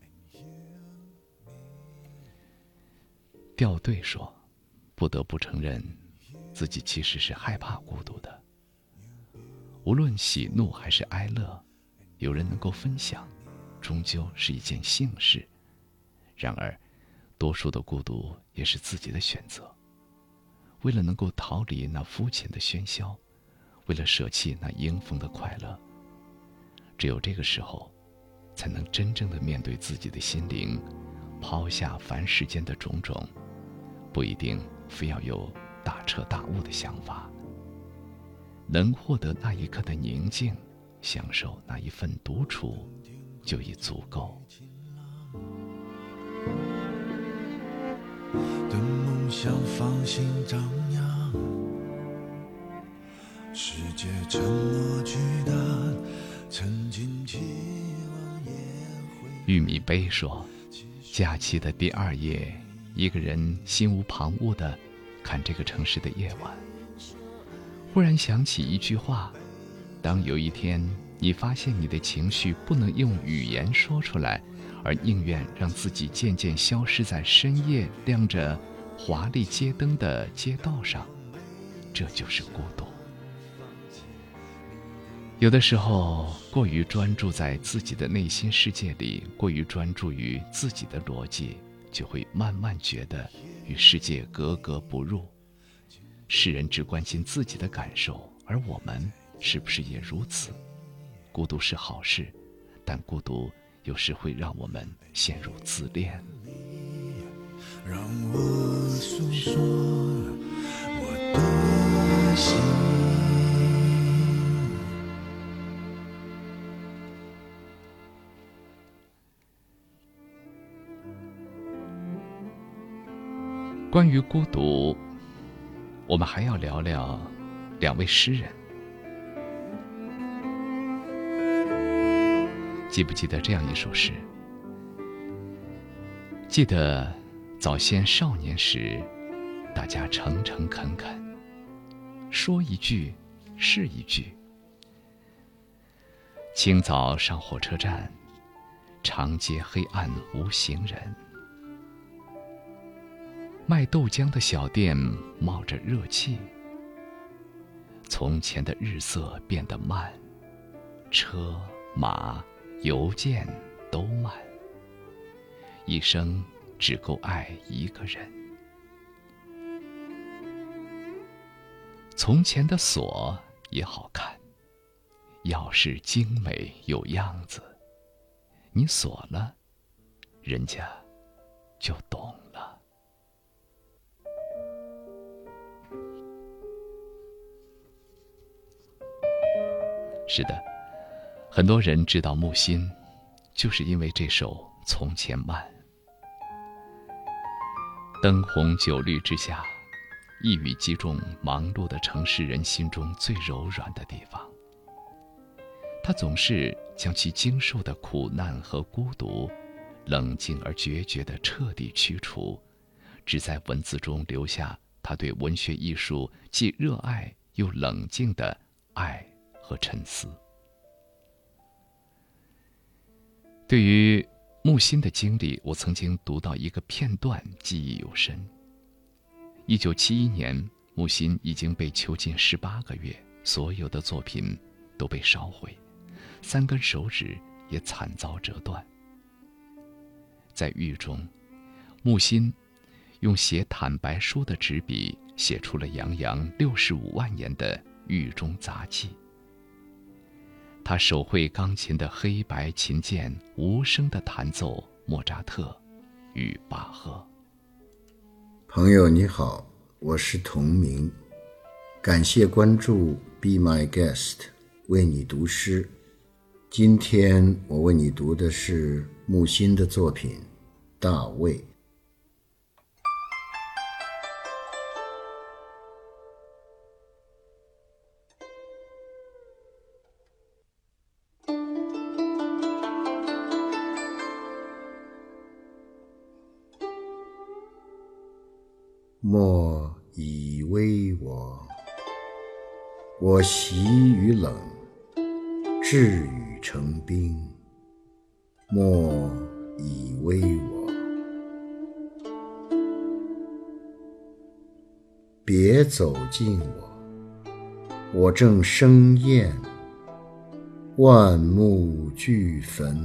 掉队说，不得不承认，自己其实是害怕孤独的。无论喜怒还是哀乐，有人能够分享，终究是一件幸事。然而，多数的孤独也是自己的选择。为了能够逃离那肤浅的喧嚣，为了舍弃那迎风的快乐，只有这个时候，才能真正的面对自己的心灵，抛下凡世间的种种。不一定非要有大彻大悟的想法，能获得那一刻的宁静，享受那一份独处，就已足够。 的梦想放心张扬，世界沉默巨大，曾经期望也会。 玉米杯说，假期的第2夜，一个人心无旁骛地看这个城市的夜晚，忽然想起一句话：当有一天你发现你的情绪不能用语言说出来，而宁愿让自己渐渐消失在深夜亮着华丽街灯的街道上，这就是孤独。有的时候过于专注在自己的内心世界里，过于专注于自己的逻辑，就会慢慢觉得与世界格格不入。世人只关心自己的感受，而我们是不是也如此？孤独是好事，但孤独有时会让我们陷入自恋。 让我诉说我的心。 关于孤独，我们还要聊聊2位诗人。记不记得这样一首诗？记得早先少年时，大家诚诚恳恳，说一句是一句。清早上火车站，长街黑暗无行人。卖豆浆的小店冒着热气，从前的日色变得慢，车马邮件都慢，一生只够爱一个人。从前的锁也好看，钥匙精美有样子，你锁了，人家就懂了。是的，很多人知道木心，就是因为这首从前慢。灯红酒绿之下，一语击中忙碌的城市人心中最柔软的地方。他总是将其经受的苦难和孤独，冷静而决绝地彻底驱除，只在文字中留下他对文学艺术既热爱又冷静的爱和沉思。对于木心的经历，我曾经读到一个片段，记忆犹深。1971年，木心已经被囚禁18个月，所有的作品都被烧毁，3根手指也惨遭折断。在狱中，木心用写坦白书的纸笔写出了洋洋65万言的狱中杂记。他手绘钢琴的黑白琴键无声地弹奏莫扎特与巴赫。 朋友你好，我是童明，感谢关注 Be My Guest 为你读诗。今天我为你读的是木心的作品《大卫》。莫以为我习于冷，至雨成冰。莫以为别走近我正生厌，万木俱焚。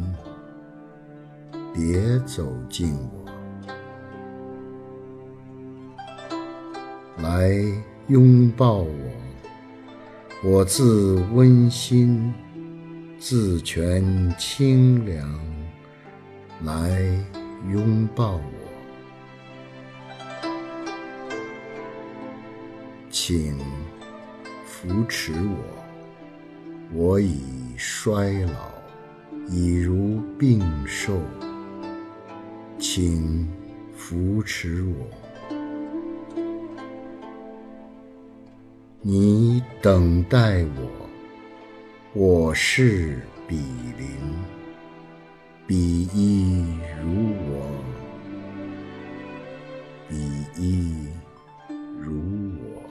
别走近来拥抱我自温馨，自全清凉。来拥抱请扶持我已衰老，已如病兽，请扶持你等待我是比邻，比翼如我，比翼如我。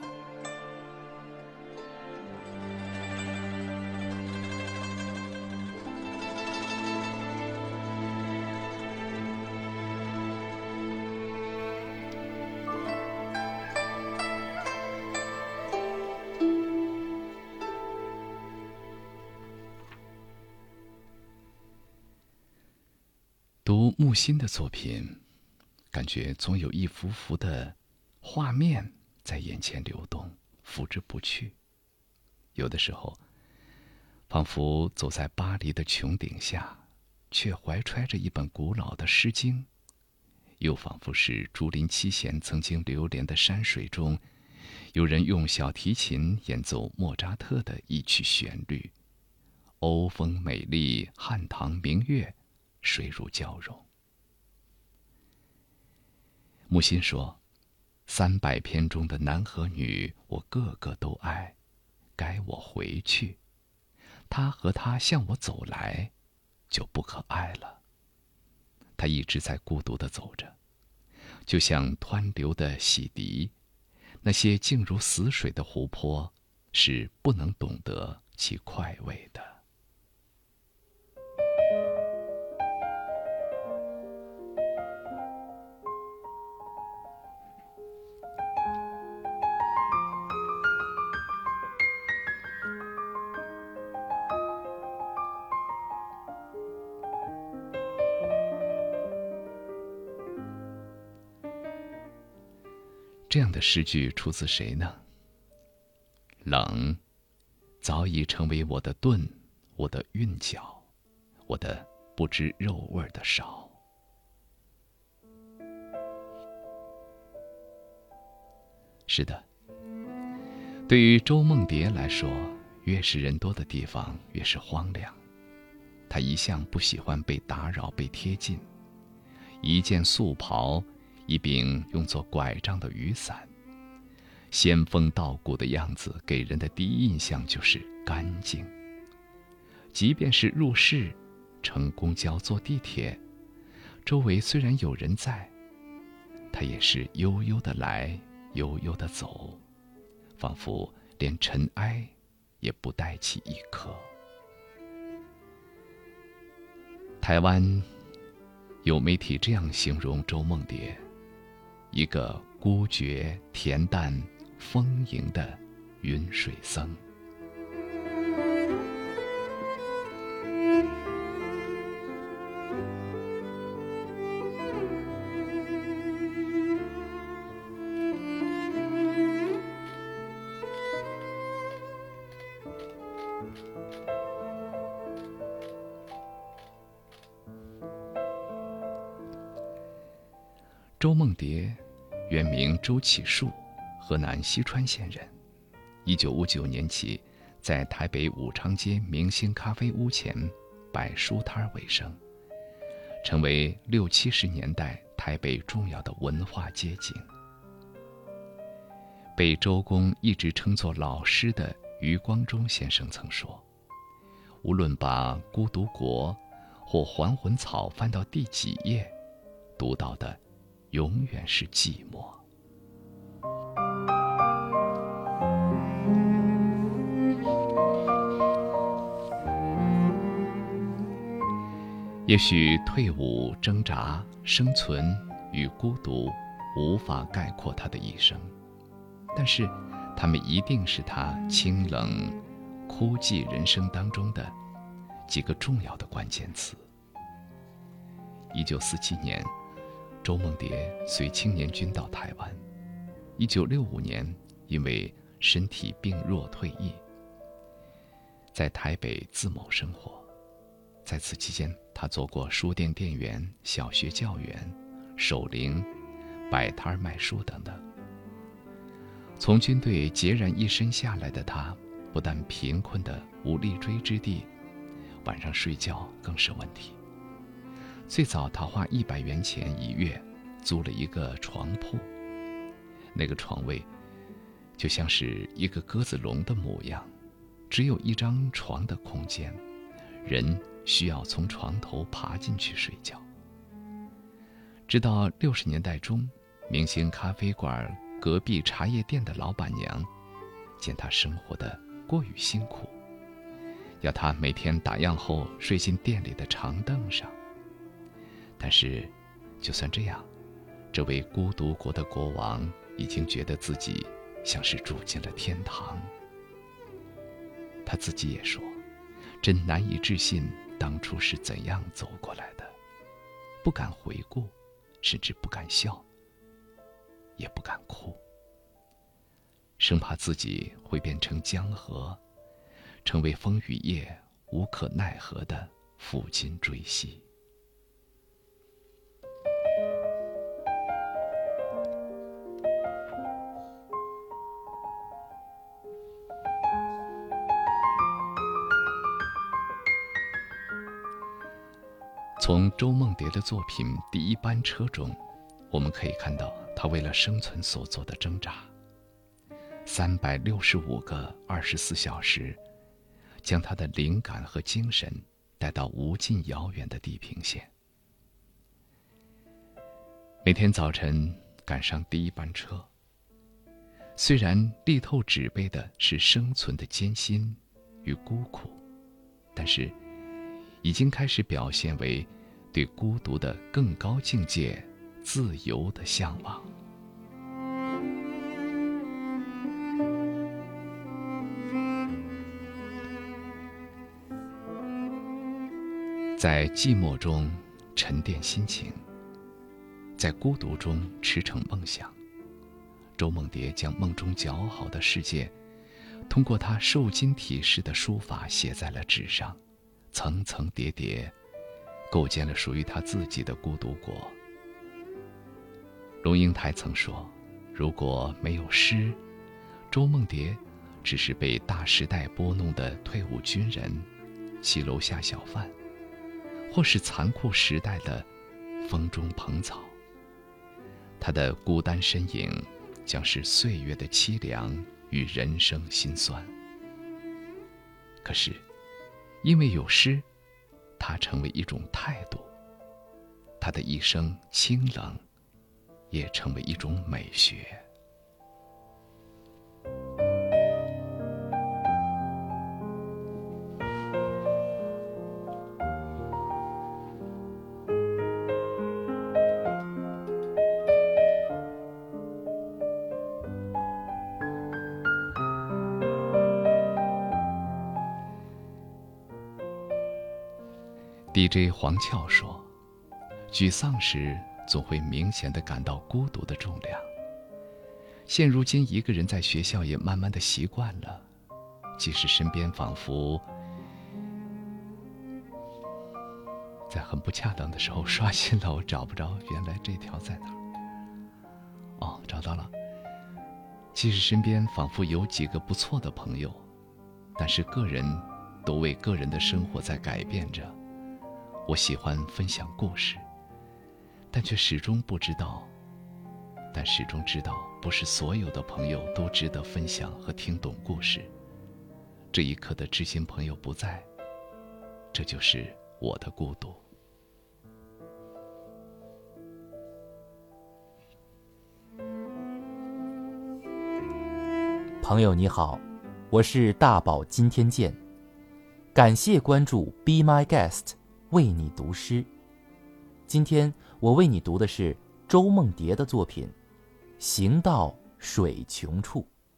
读木心的作品，感觉总有一幅幅的画面在眼前流动，挥之不去。有的时候，仿佛走在巴黎的穹顶下，却怀揣着一本古老的《诗经》；又仿佛是竹林七贤曾经流连的山水中，有人用小提琴演奏莫扎特的一曲旋律。欧风美丽，汉唐明月，水乳交融。木心说，300篇中的男和女，我个个都爱，该我回去，他和他向我走来，就不可爱了。他一直在孤独地走着，就像湍流的洗涤，那些静如死水的湖泊，是不能懂得其快慰的。这样的诗句出自谁呢？冷，早已成为我的盾，我的韵脚，我的不知肉味的勺。是的，对于周梦蝶来说，越是人多的地方，越是荒凉。她一向不喜欢被打扰、被贴近， 一件素袍，一柄用作拐杖的雨伞。仙风道骨的样子给人的第一印象就是干净。即便是入市、乘公交、坐地铁，周围虽然有人在，他也是悠悠的来，悠悠的走，仿佛连尘埃也不带起一颗。台湾有媒体这样形容周梦蝶：一个孤绝恬淡丰盈的云水僧。周梦蝶，原名周启树，河南西川县人。1959年起，在台北武昌街明星咖啡屋前摆书摊为生，成为60、70年代台北重要的文化街景。被周公一直称作老师的余光中先生曾说，无论把《孤独国》或《还魂草》翻到第几页，读到的永远是寂寞。也许退伍、挣扎、生存与孤独无法概括他的一生，但是他们一定是他清冷、枯寂人生当中的几个重要的关键词。1947年，周梦蝶随青年军到台湾。1965年，因为身体病弱退役，在台北自谋生活。在此期间，他做过书店店员、小学教员、守灵、摆摊卖书等等。从军队孑然一身下来的他，不但贫困的无立锥之地，晚上睡觉更是问题。最早他花100元钱一月租了一个床铺，那个床位就像是一个鸽子笼的模样，只有一张床的空间，人需要从床头爬进去睡觉。直到60年代中，明星咖啡馆隔壁茶叶店的老板娘见他生活的过于辛苦，要他每天打烊后睡进店里的长凳上。但是就算这样，这位孤独国的国王已经觉得自己像是住进了天堂。他自己也说，真难以置信当初是怎样走过来的，不敢回顾，甚至不敢笑，也不敢哭，生怕自己会变成江河，成为风雨夜无可奈何的负荆追系。从周梦蝶的作品《第一班车》中，我们可以看到她为了生存所做的挣扎。365个24小时，将她的灵感和精神带到无尽遥远的地平线。每天早晨赶上第一班车，虽然力透纸背的是生存的艰辛与孤苦，但是已经开始表现为对孤独的更高境界、自由的向往。在寂寞中沉淀心情，在孤独中驰骋梦想，周梦蝶将梦中姣好的世界，通过她瘦金体式的书法写在了纸上，层层叠叠，构建了属于他自己的孤独国。龙应台曾说，如果没有诗，周梦蝶只是被大时代拨弄的退伍军人，骑楼下小贩，或是残酷时代的风中蓬草。他的孤单身影，将是岁月的凄凉与人生辛酸。可是，因为有诗，它成为一种态度。他的一生清冷，也成为一种美学。DJ 黄俏说，沮丧时总会明显地感到孤独的重量。现如今一个人在学校也慢慢地习惯了，即使身边仿佛在很不恰当的时候刷新了，我找不着原来这条在哪儿。哦，找到了。即使身边仿佛有几个不错的朋友，但是个人都为个人的生活在改变着。我喜欢分享故事，但始终知道，不是所有的朋友都值得分享和听懂故事。这一刻的知心朋友不在，这就是我的孤独。 朋友你好，我是大宝，今天见。感谢关注 Be My Guest， 为你读诗。今天我为你读的是周梦蝶的作品《行到水穷处》。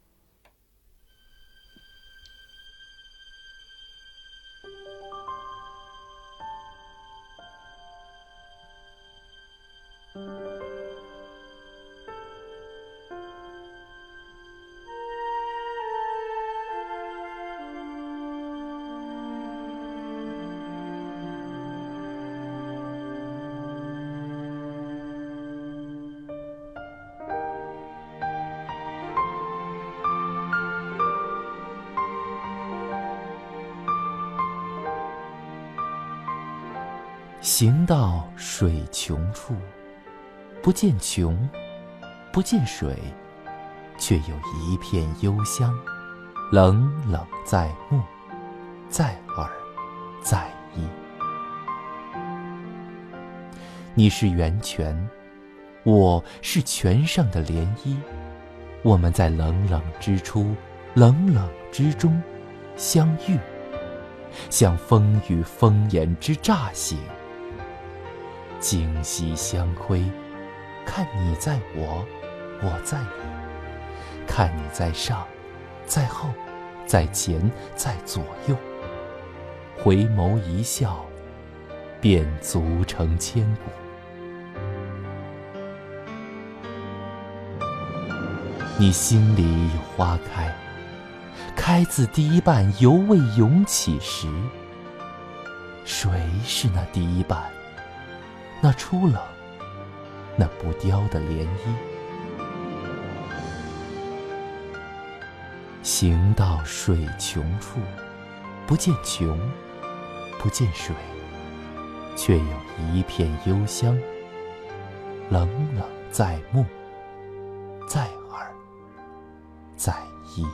行到水穷处，不见穷，不见水，却有一片幽香，冷冷在目，在耳，在意。你是源泉，我是泉上的涟漪，我们在冷冷之初，冷冷之中相遇，像风雨风眼之乍醒。今夕相窥，看你在我，我在你，看你在上，在后，在前，在左右，回眸一笑，便足成千古。你心里有花开，开自第一瓣犹未涌起时。谁是那第一瓣？那初冷，那不凋的涟漪。行到水穷处，不见穷，不见水，却有一片幽香，冷冷在目，在耳，在意。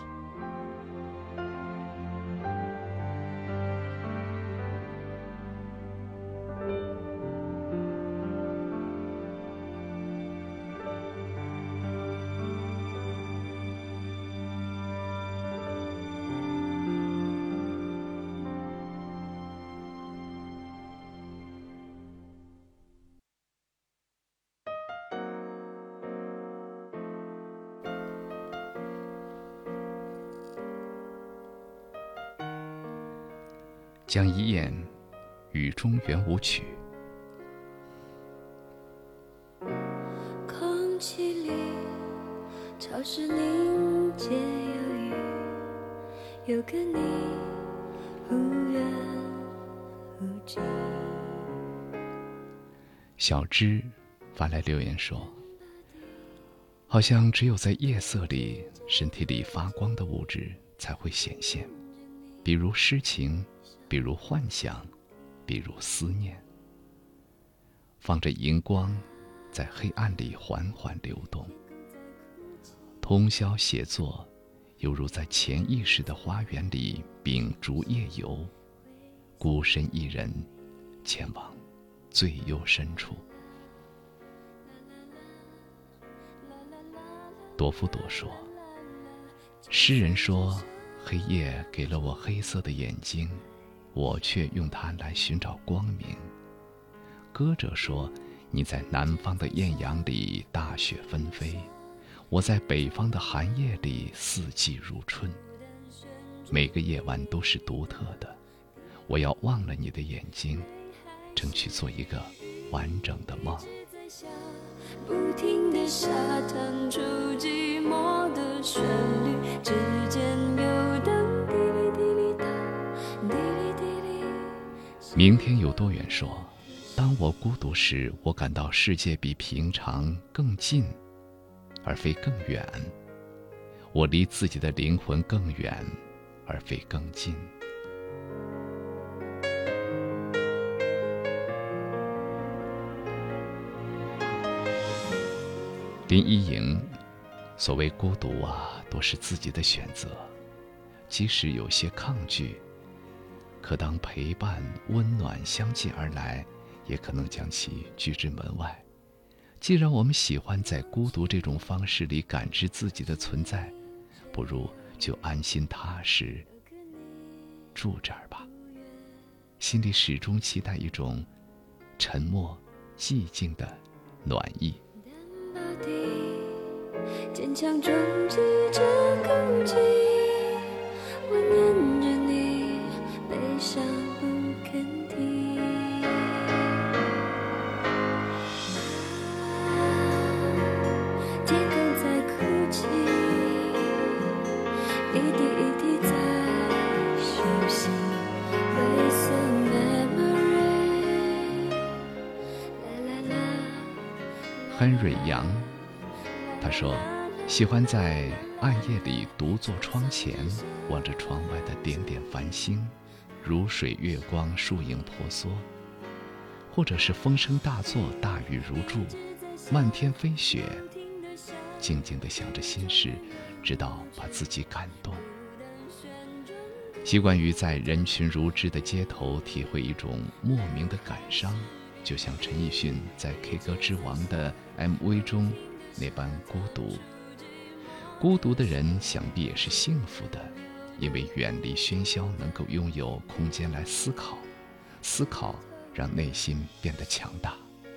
江一燕《雨中圆舞曲》。 空气里潮湿凝结有雨，有个你忽远忽近。 小芝发来留言说，好像只有在夜色里，身体里发光的物质才会显现，比如诗情，比如幻想，比如思念。 放着荧光，在黑暗里缓缓流动。通宵写作，犹如在潜意识的花园里秉烛夜游，孤身一人前往最幽深处。多夫朵说，诗人说，黑夜给了我黑色的眼睛，我却用它来寻找光明。歌者说，你在南方的艳阳里大雪纷飞，我在北方的寒夜里四季如春。每个夜晚都是独特的，我要忘了你的眼睛，争取做一个完整的梦。 不停地下弹出寂寞的旋律，指尖游荡，滴哩滴哩答，滴哩滴哩。 明天有多远说，当我孤独时，我感到世界比平常更近，而非更远。我离自己的灵魂更远，而非更近。林依莹，所谓孤独啊，多是自己的选择，即使有些抗拒，可当陪伴温暖相继而来，也可能将其拒之门外。既然我们喜欢在孤独这种方式里感知自己的存在，不如就安心踏实住这儿吧，心里始终期待一种沉默寂静的暖意。 坚强中记着空气，我念着你，悲伤不肯停。天空在哭泣，一滴一滴在熟悉，灰色 memory。 亨瑞杨，他说，喜欢在暗夜里独坐窗前，望着窗外的点点繁星，如水月光，树影婆娑；或者是风声大作，大雨如注，漫天飞雪，静静地想着心事，直到把自己感动。习惯于在人群如织的街头体会一种莫名的感伤，就像陈奕迅在 K 歌之王的 MV 中那般孤独。孤独的人想必也是幸福的，因为远离喧嚣，能够拥有空间来思考，思考让内心变得强大。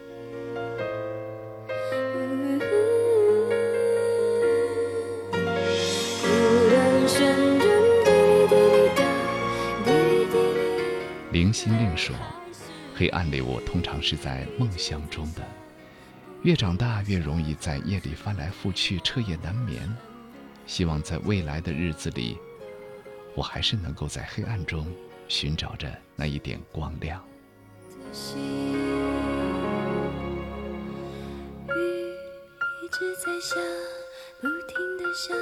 林心令说，黑暗里我通常是在梦乡中的，越长大越容易在夜里翻来覆去，彻夜难眠。希望在未来的日子里，我还是能够在黑暗中寻找着那一点光亮。 雨一直在下，不停地下。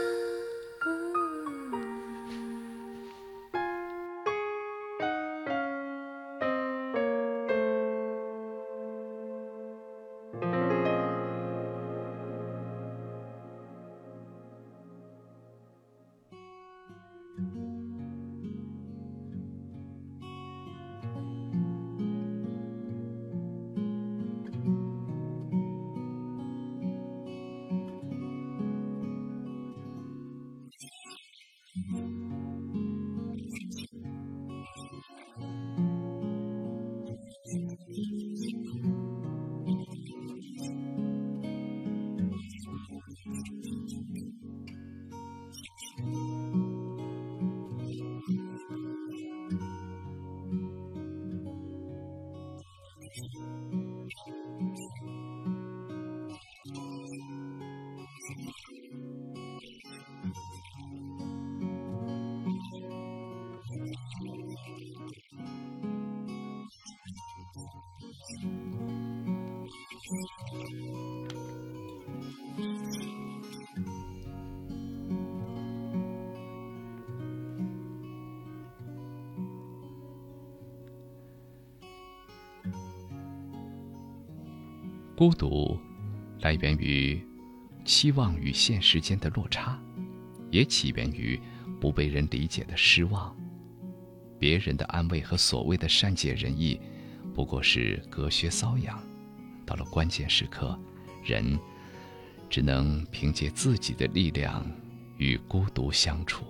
孤独来源于期望与现实间的落差，也起源于不被人理解的失望。别人的安慰和所谓的善解人意，不过是隔靴搔痒。到了关键时刻，人只能凭借自己的力量与孤独相处。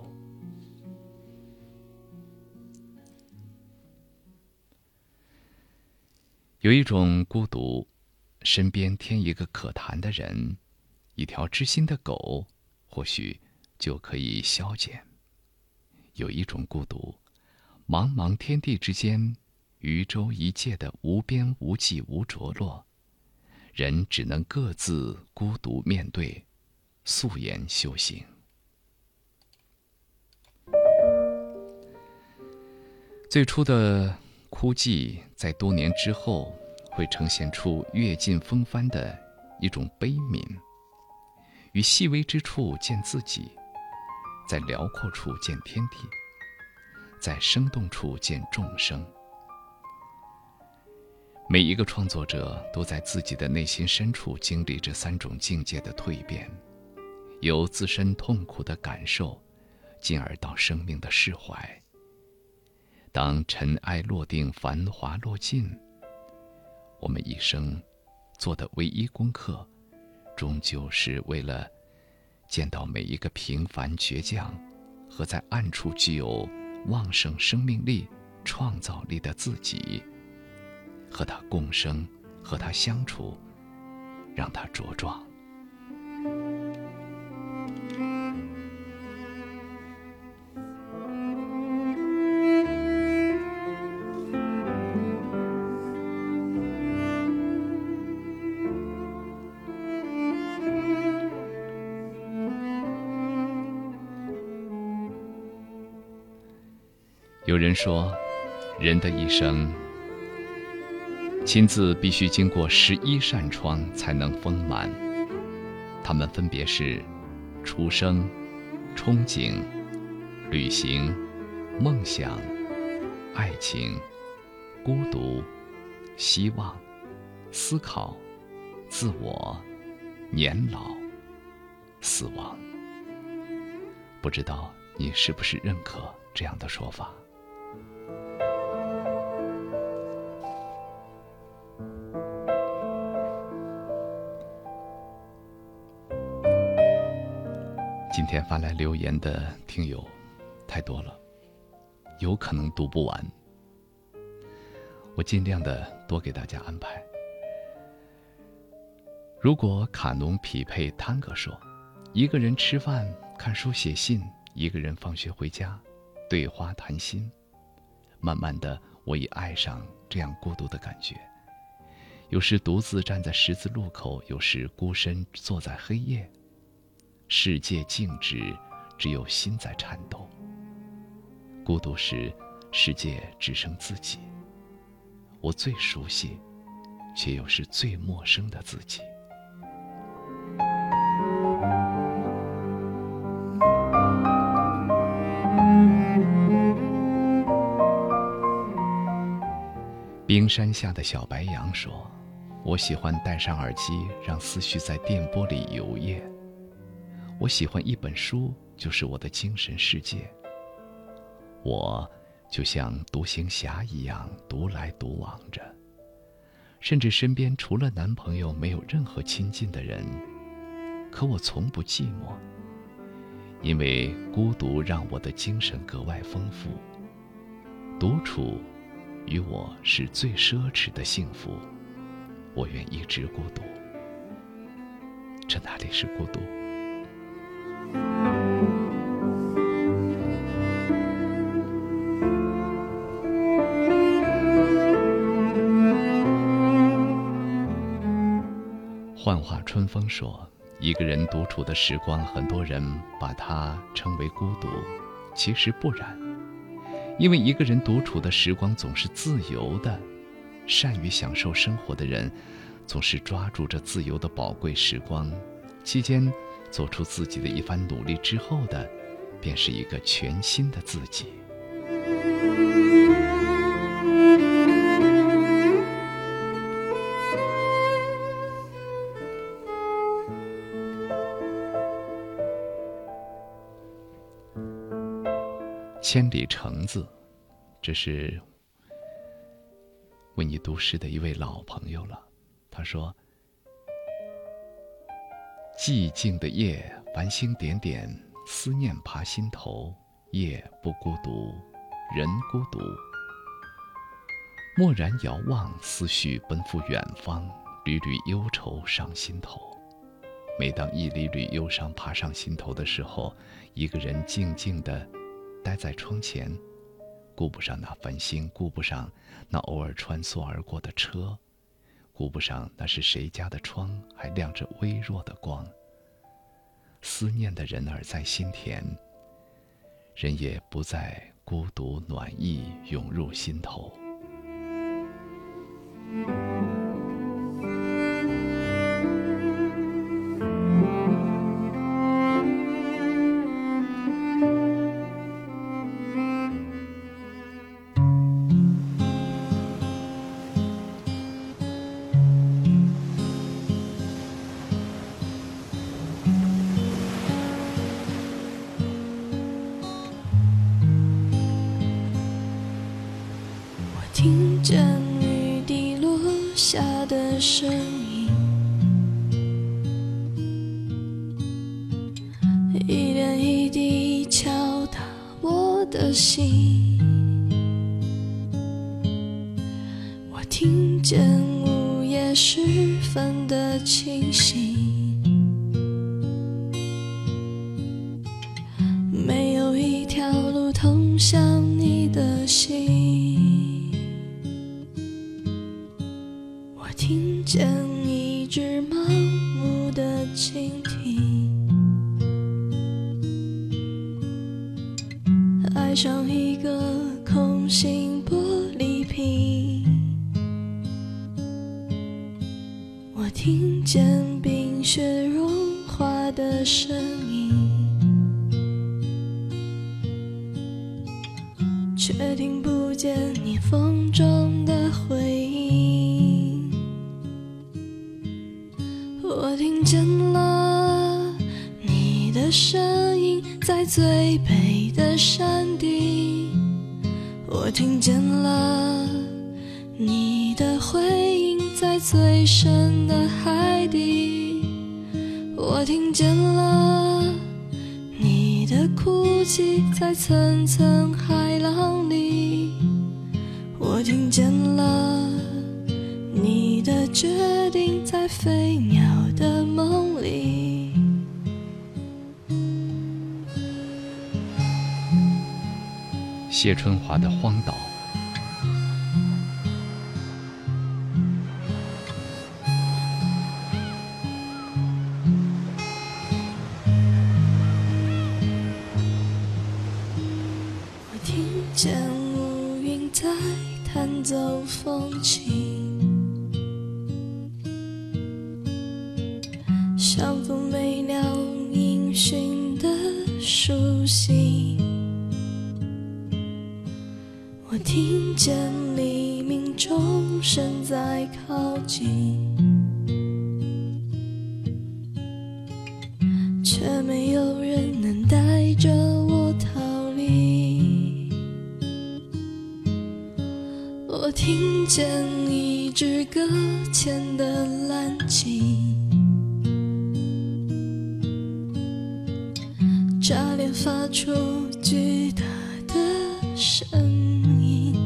有一种孤独，身边添一个可谈的人，一条知心的狗，或许就可以消减。有一种孤独，茫茫天地之间，渔舟一芥的无边无际无着落，人只能各自孤独面对，素颜修行。最初的枯寂，在多年之后会呈现出阅尽风帆的一种悲悯。于细微之处见自己，在辽阔处见天地，在生动处见众生。每一个创作者都在自己的内心深处经历这三种境界的蜕变，由自身痛苦的感受，进而到生命的释怀。当尘埃落定，繁华落尽，我们一生做的唯一功课，终究是为了见到每一个平凡倔强和在暗处具有旺盛生命力、创造力的自己，和他共生，和他相处，让他茁壮。有人说，人的一生亲自必须经过11扇窗才能丰满，它们分别是出生、憧憬、旅行、梦想、爱情、孤独、希望、思考、自我、年老、死亡。不知道你是不是认可这样的说法？今天发来留言的听友太多了，有可能读不完，我尽量的多给大家安排。如果卡农匹配探戈说，一个人吃饭、看书、写信，一个人放学回家，对话谈心，慢慢的我已爱上这样孤独的感觉。有时独自站在十字路口，有时孤身坐在黑夜，世界静止，只有心在颤抖。孤独时，世界只剩自己，我最熟悉，却又是最陌生的自己。冰山下的小白杨说，我喜欢戴上耳机，让思绪在电波里游曳。我喜欢一本书，就是我的精神世界。我就像独行侠一样，独来独往着，甚至身边除了男朋友没有任何亲近的人，可我从不寂寞，因为孤独让我的精神格外丰富。独处于我是最奢侈的幸福，我愿一直孤独。这哪里是孤独？幻化春风说，一个人独处的时光，很多人把它称为孤独，其实不然。因为一个人独处的时光总是自由的，善于享受生活的人总是抓住着自由的宝贵时光，期间做出自己的一番努力之后的，便是一个全新的自己。 千里橙子，这是为你读诗的一位老朋友了。他说，寂静的夜，繁星点点，思念爬心头，夜不孤独，人孤独。蓦然遥望，思绪奔赴远方，缕缕忧愁上心头。每当一缕缕忧伤爬上心头的时候，一个人静静地待在窗前，顾不上那繁星，顾不上那偶尔穿梭而过的车，顾不上那是谁家的窗还亮着微弱的光。思念的人儿在心田，人也不再孤独，暖意涌入心头。 听见雨滴落下的声音，一点一滴敲打我的心。我听见午夜时分的清醒，没有一条路通向你的心。听见一只盲目的蜻蜓，爱上一个空心玻璃瓶。我听见冰雪融化的声音，却听不见你风中的回音。我听见了你的声音，在最北的山顶。我听见了你的回音，在最深的海底。我听见了你的哭泣，在层层海浪里。我听见了你的决定，在飞鸟的梦里。 谢春华的《荒岛》。 我听见乌云在弹奏风琴，像风没了音讯的书信。我听见黎明钟声在靠近，却没有人能带着我逃离。我听见一只搁浅的蓝鲸，炸裂发出巨大的声音。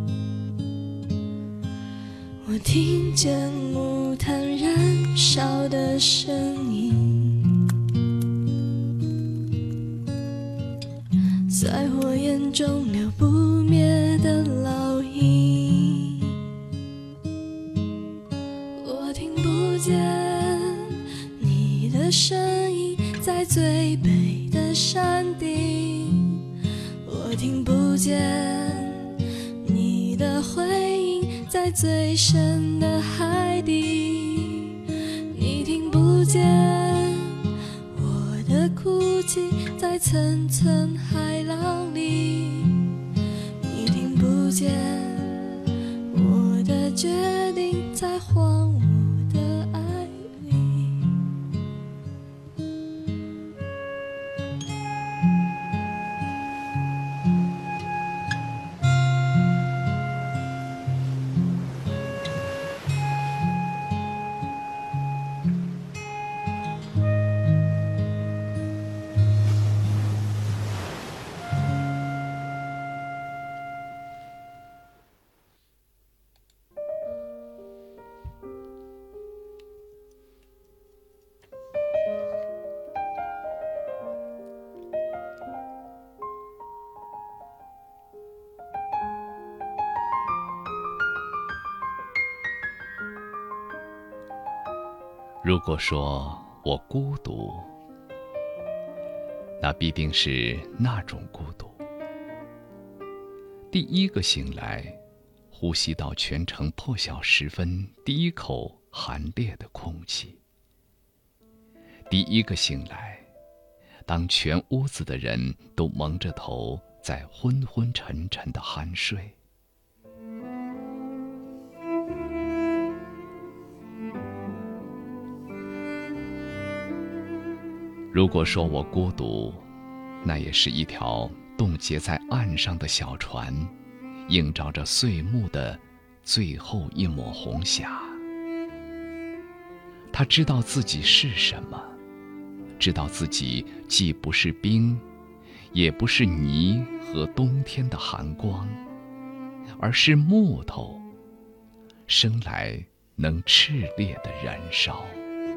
我听见木炭燃烧的声音，在火焰中留不灭的烙印。我听不见你的声音，在最北的山顶。我听不见你的回音，在最深的海底。你听不见我的哭泣，在层层海浪里。你听不见我的决定，在荒芜的爱里。 如果说我孤独，那必定是那种孤独。第一个醒来，呼吸到全城破晓时分第一口寒冽的空气。第一个醒来，当全屋子的人都蒙着头在昏昏沉沉的酣睡。如果说我孤独，那也是一条冻结在岸上的小船，映照着岁暮的最后一抹红霞。他知道自己是什么，知道自己既不是冰，也不是泥和冬天的寒光，而是木头，生来能炽烈的燃烧。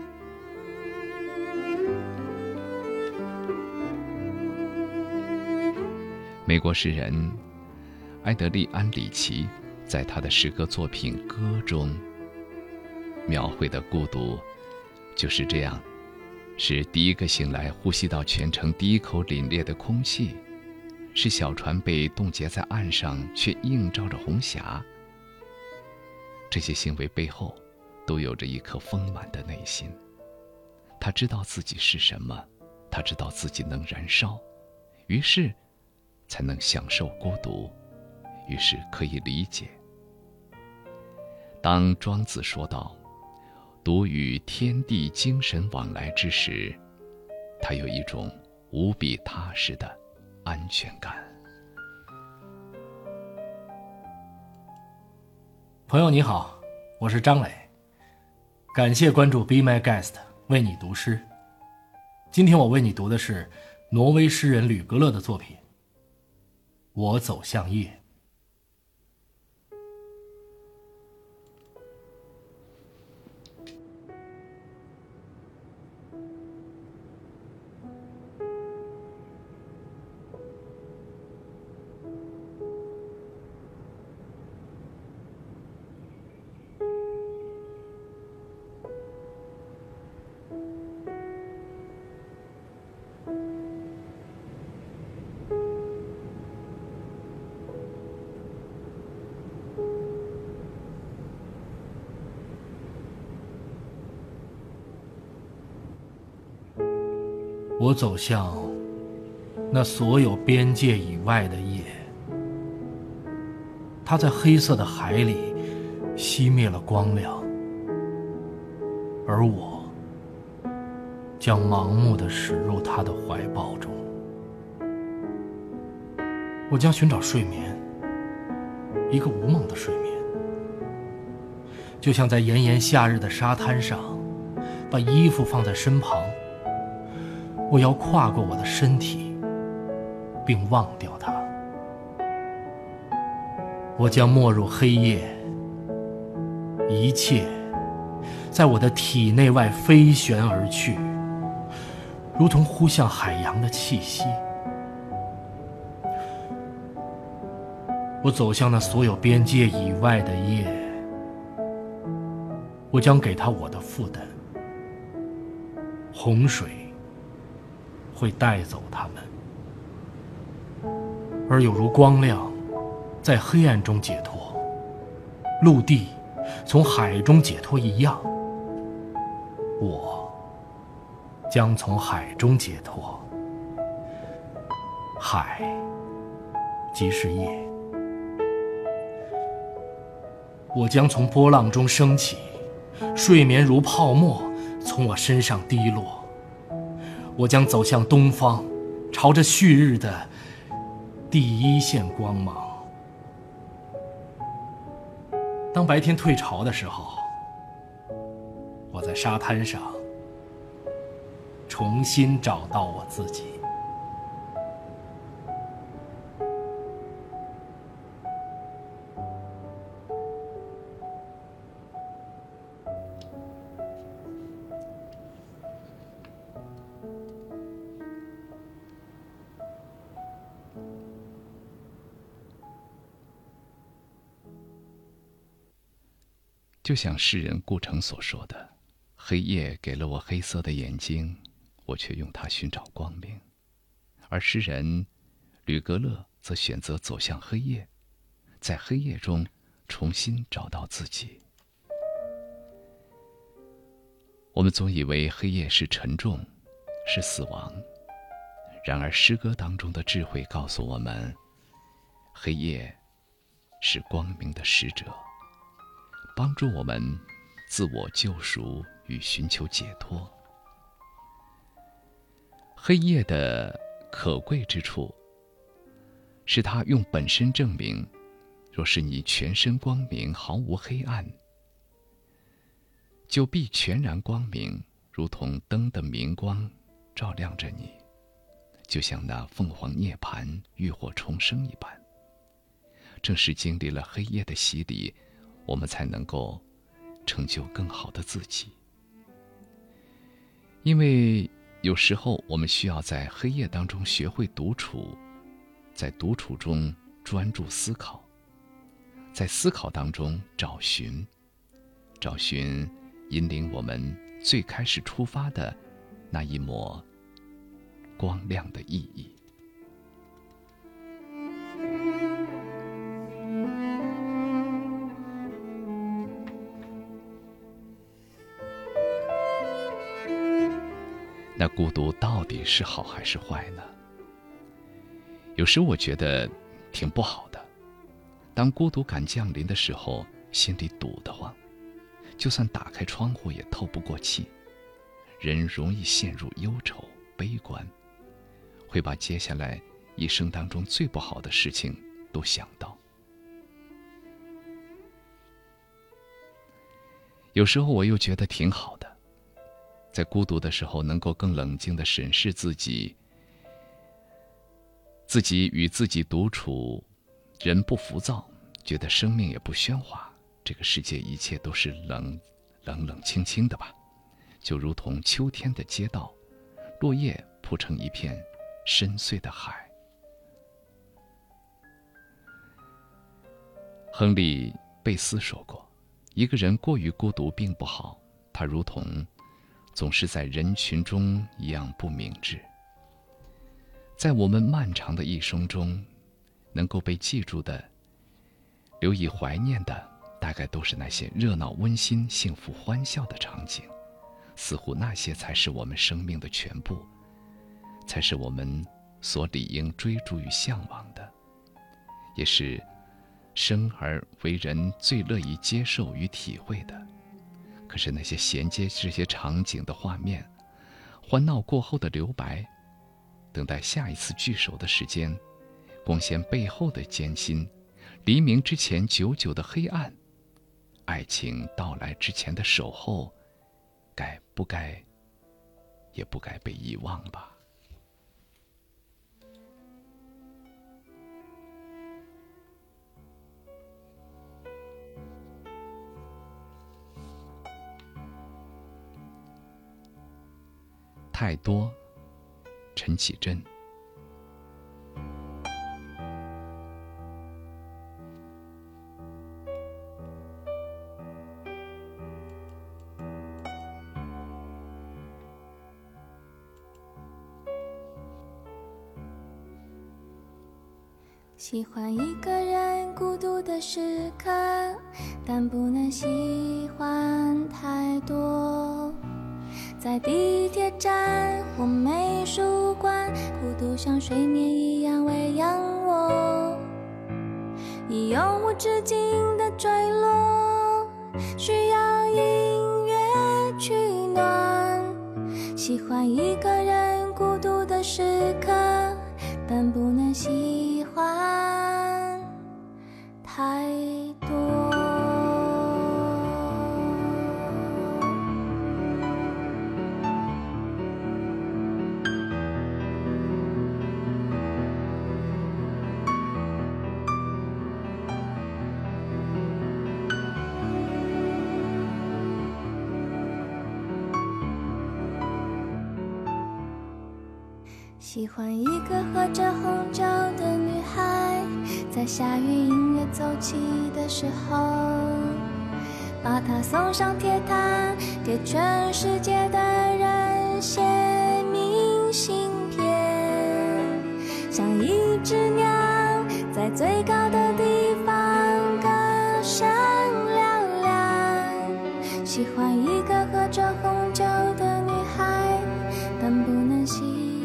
美国诗人埃德利安·里奇在他的诗歌作品《歌》中描绘的孤独就是这样，是第一个醒来呼吸到全城第一口凛冽的空气，是小船被冻结在岸上却映照着红霞。这些行为背后都有着一颗丰满的内心，他知道自己是什么，他知道自己能燃烧，于是才能享受孤独，于是可以理解。当庄子说到独与天地精神往来之时，他有一种无比踏实的安全感。 朋友你好，我是张磊，感谢关注 Be My Guest 为你读诗。今天我为你读的是挪威诗人吕格勒的作品《我走向夜》。我走向那所有边界以外的夜，它在黑色的海里熄灭了光亮，而我将盲目地驶入它的怀抱中。我将寻找睡眠，一个无梦的睡眠，就像在炎炎夏日的沙滩上，把衣服放在身旁。我要跨过我的身体，并忘掉它。我将没入黑夜，一切在我的体内外飞旋而去，如同呼向海洋的气息。我走向那所有边界以外的夜，我将给他我的负担。洪水会带走他们，而有如光亮在黑暗中解脱，陆地从海中解脱一样，我将从海中解脱。海即是夜，我将从波浪中升起，睡眠如泡沫从我身上滴落。我将走向东方，朝着旭日的第一线光芒。当白天退潮的时候，我在沙滩上重新找到我自己。 就像诗人顾城所说的， 黑夜给了我黑色的眼睛，我却用它寻找光明。而诗人吕格勒则选择走向黑夜，在黑夜中重新找到自己。我们总以为黑夜是沉重，是死亡，然而诗歌当中的智慧告诉我们，黑夜是光明的使者，帮助我们自我救赎与寻求解脱。黑夜的可贵之处，是它用本身证明，若是你全身光明，毫无黑暗，就必全然光明，如同灯的明光照亮着你，就像那凤凰涅槃、浴火重生一般。正是经历了黑夜的洗礼，我们才能够成就更好的自己。因为有时候我们需要在黑夜当中学会独处，在独处中专注思考，在思考当中找寻引领我们最开始出发的那一抹光亮的意义。那孤独到底是好还是坏呢？有时我觉得挺不好的。当孤独感降临的时候，心里堵得慌，就算打开窗户也透不过气，人容易陷入忧愁、悲观，会把接下来一生当中最不好的事情都想到。有时候我又觉得挺好的，在孤独的时候能够更冷静地审视自己与自己独处，人不浮躁，觉得生命也不喧哗，这个世界一切都是冷清清的吧，就如同秋天的街道，落叶铺成一片深邃的海。亨利·贝斯说过，一个人过于孤独并不好，他如同总是在人群中一样不明智。在我们漫长的一生中，能够被记住的、留以怀念的，大概都是那些热闹、温馨、幸福、欢笑的场景。似乎那些才是我们生命的全部，才是我们所理应追逐与向往的，也是生而为人最乐意接受与体会的。可是那些衔接这些场景的画面，欢闹过后的留白，等待下一次聚首的时间，光线背后的艰辛，黎明之前久久的黑暗，爱情到来之前的守候，也不该被遗忘吧。太多，陈绮贞。 喜欢一个人孤独的时刻，但不能喜欢太多。在地铁站或美术馆，孤独像睡眠一样喂养我，以永无止境的坠落，需要音乐取暖。喜欢一个人孤独的时刻，但不能喜欢太多。喜欢一个喝着红酒的女孩，在下雨音乐奏起的时候， 把它送上铁毯，给全世界的人写明信片，像一只鸟在最高的地方歌声嘹亮，喜欢一个喝着红酒的女孩，但不能喜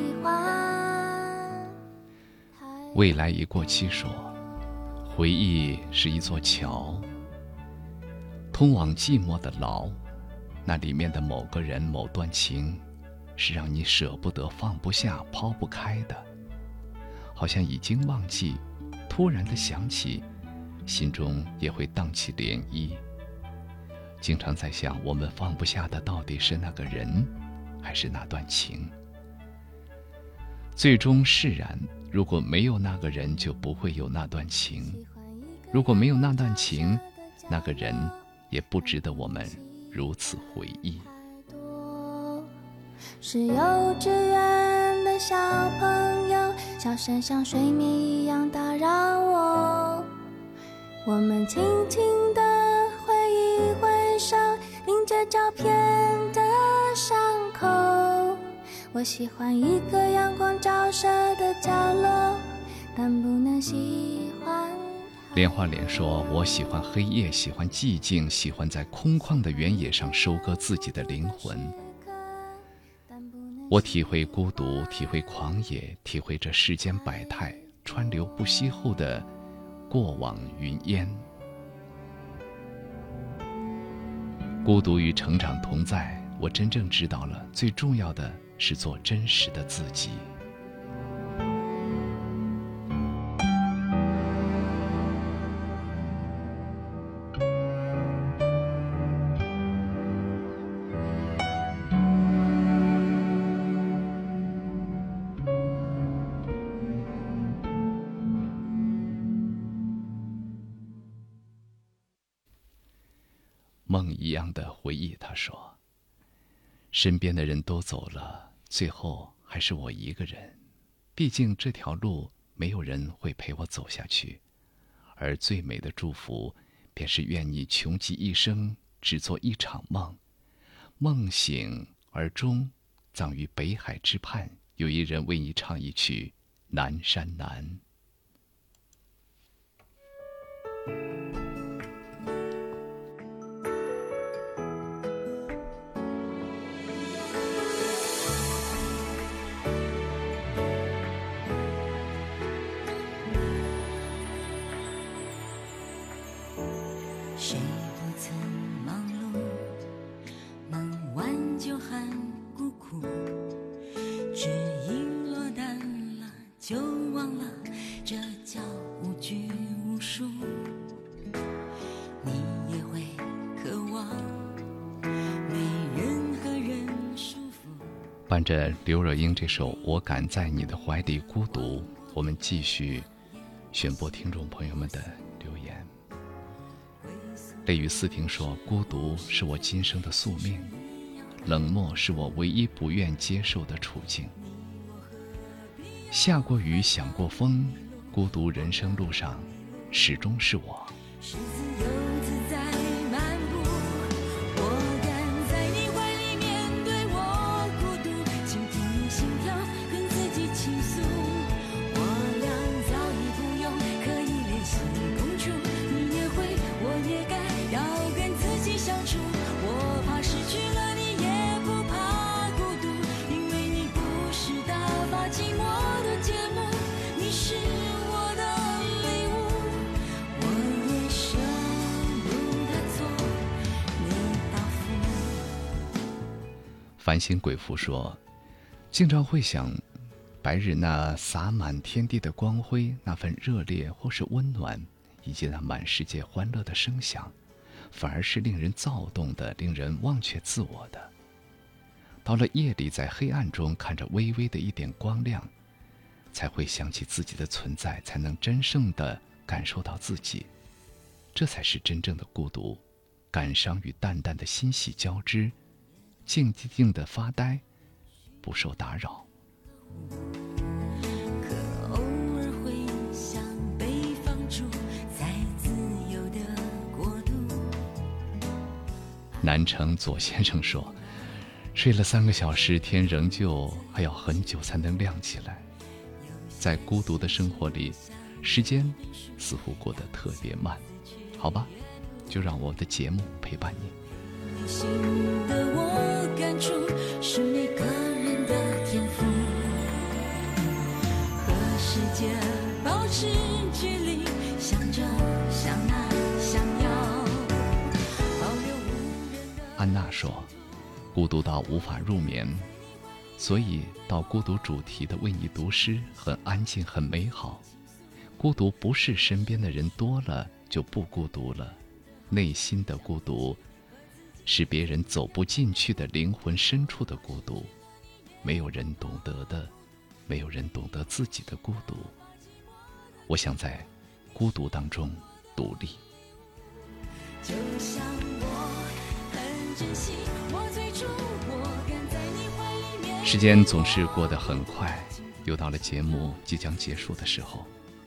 欢。 未来已过期说，回忆是一座桥，通往寂寞的牢，那里面的某个人某段情，是让你舍不得放不下抛不开的，好像已经忘记，突然的想起，心中也会荡起涟漪。经常在想，我们放不下的到底是那个人，还是那段情？最终释然，如果没有那个人，就不会有那段情；如果没有那段情，那个人也不值得我们如此回忆。 是幼稚园的小朋友，笑声像睡眠一样打扰我。我们轻轻地挥一挥手，拎着照片的伤口。我喜欢一个阳光照射的角落，但不能喜欢。 莲花莲说，我喜欢黑夜，喜欢寂静，喜欢在空旷的原野上收割自己的灵魂。我体会孤独，体会狂野，体会这世间百态，川流不息后的过往云烟。孤独与成长同在，我真正知道了，最重要的是做真实的自己。梦一样的回忆，他说，身边的人都走了，最后还是我一个人，毕竟这条路没有人会陪我走下去，而最美的祝福便是愿你穷极一生只做一场梦，梦醒而终，葬于北海之畔，有一人为你唱一曲南山南。 谁不曾忙碌，忙完就喊孤苦，只因落单了就忘了，这叫无拘无束。你也会渴望没任何人束缚。 伴着刘若英这首《我敢在你的怀里孤独》，我们继续选播听众朋友们的留言。泪雨思婷说，孤独是我今生的宿命，冷漠是我唯一不愿接受的处境。下过雨，想过风，孤独人生路上始终是我。 是自由自在漫步，我敢在你怀里面对我孤独，倾听你心跳，跟自己倾诉。我俩早已不用刻意练习共处，你也会，我也该要跟自己相处。我怕失去了你，也不怕孤独，因为你不是打发寂寞的节目，你是我的礼物。我也舍不得做你包袱。 繁星鬼妇说，经常会想，白日那洒满天地的光辉，那份热烈或是温暖，以及那满世界欢乐的声响，反而是令人躁动的，令人忘却自我的。到了夜里，在黑暗中看着微微的一点光亮，才会想起自己的存在，才能真正的感受到自己。这才是真正的孤独，感伤与淡淡的欣喜交织，静静的发呆，不受打扰。 可偶尔会想被放逐在自由的国度， 南城左先生说，睡了3个小时，天仍旧还要很久才能亮起来。在孤独的生活里，时间似乎过得特别慢。好吧，就让我的节目陪伴你。 内心的我感触是每个人的天赋，和世界保持距离，想着想爱想要保留无人的。 安娜说，孤独到无法入眠，所以到孤独主题的为你读诗很安静很美好。孤独不是身边的人多了就不孤独了，内心的孤独是别人走不进去的灵魂深处的孤独，没有人懂得的，没有人懂得自己的孤独。我想在孤独当中独立。 就像我很珍惜我最初我敢在你怀里面。 时间总是过得很快，又到了节目即将结束的时候。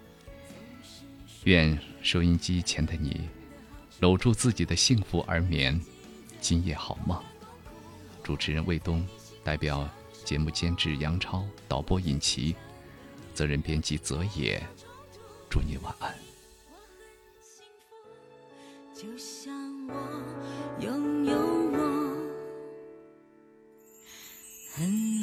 愿收音机前的你搂住自己的幸福而眠，今夜好梦。主持人卫东，代表节目监制杨超，导播尹奇，责任编辑泽野，祝你晚安。 就像我拥有我很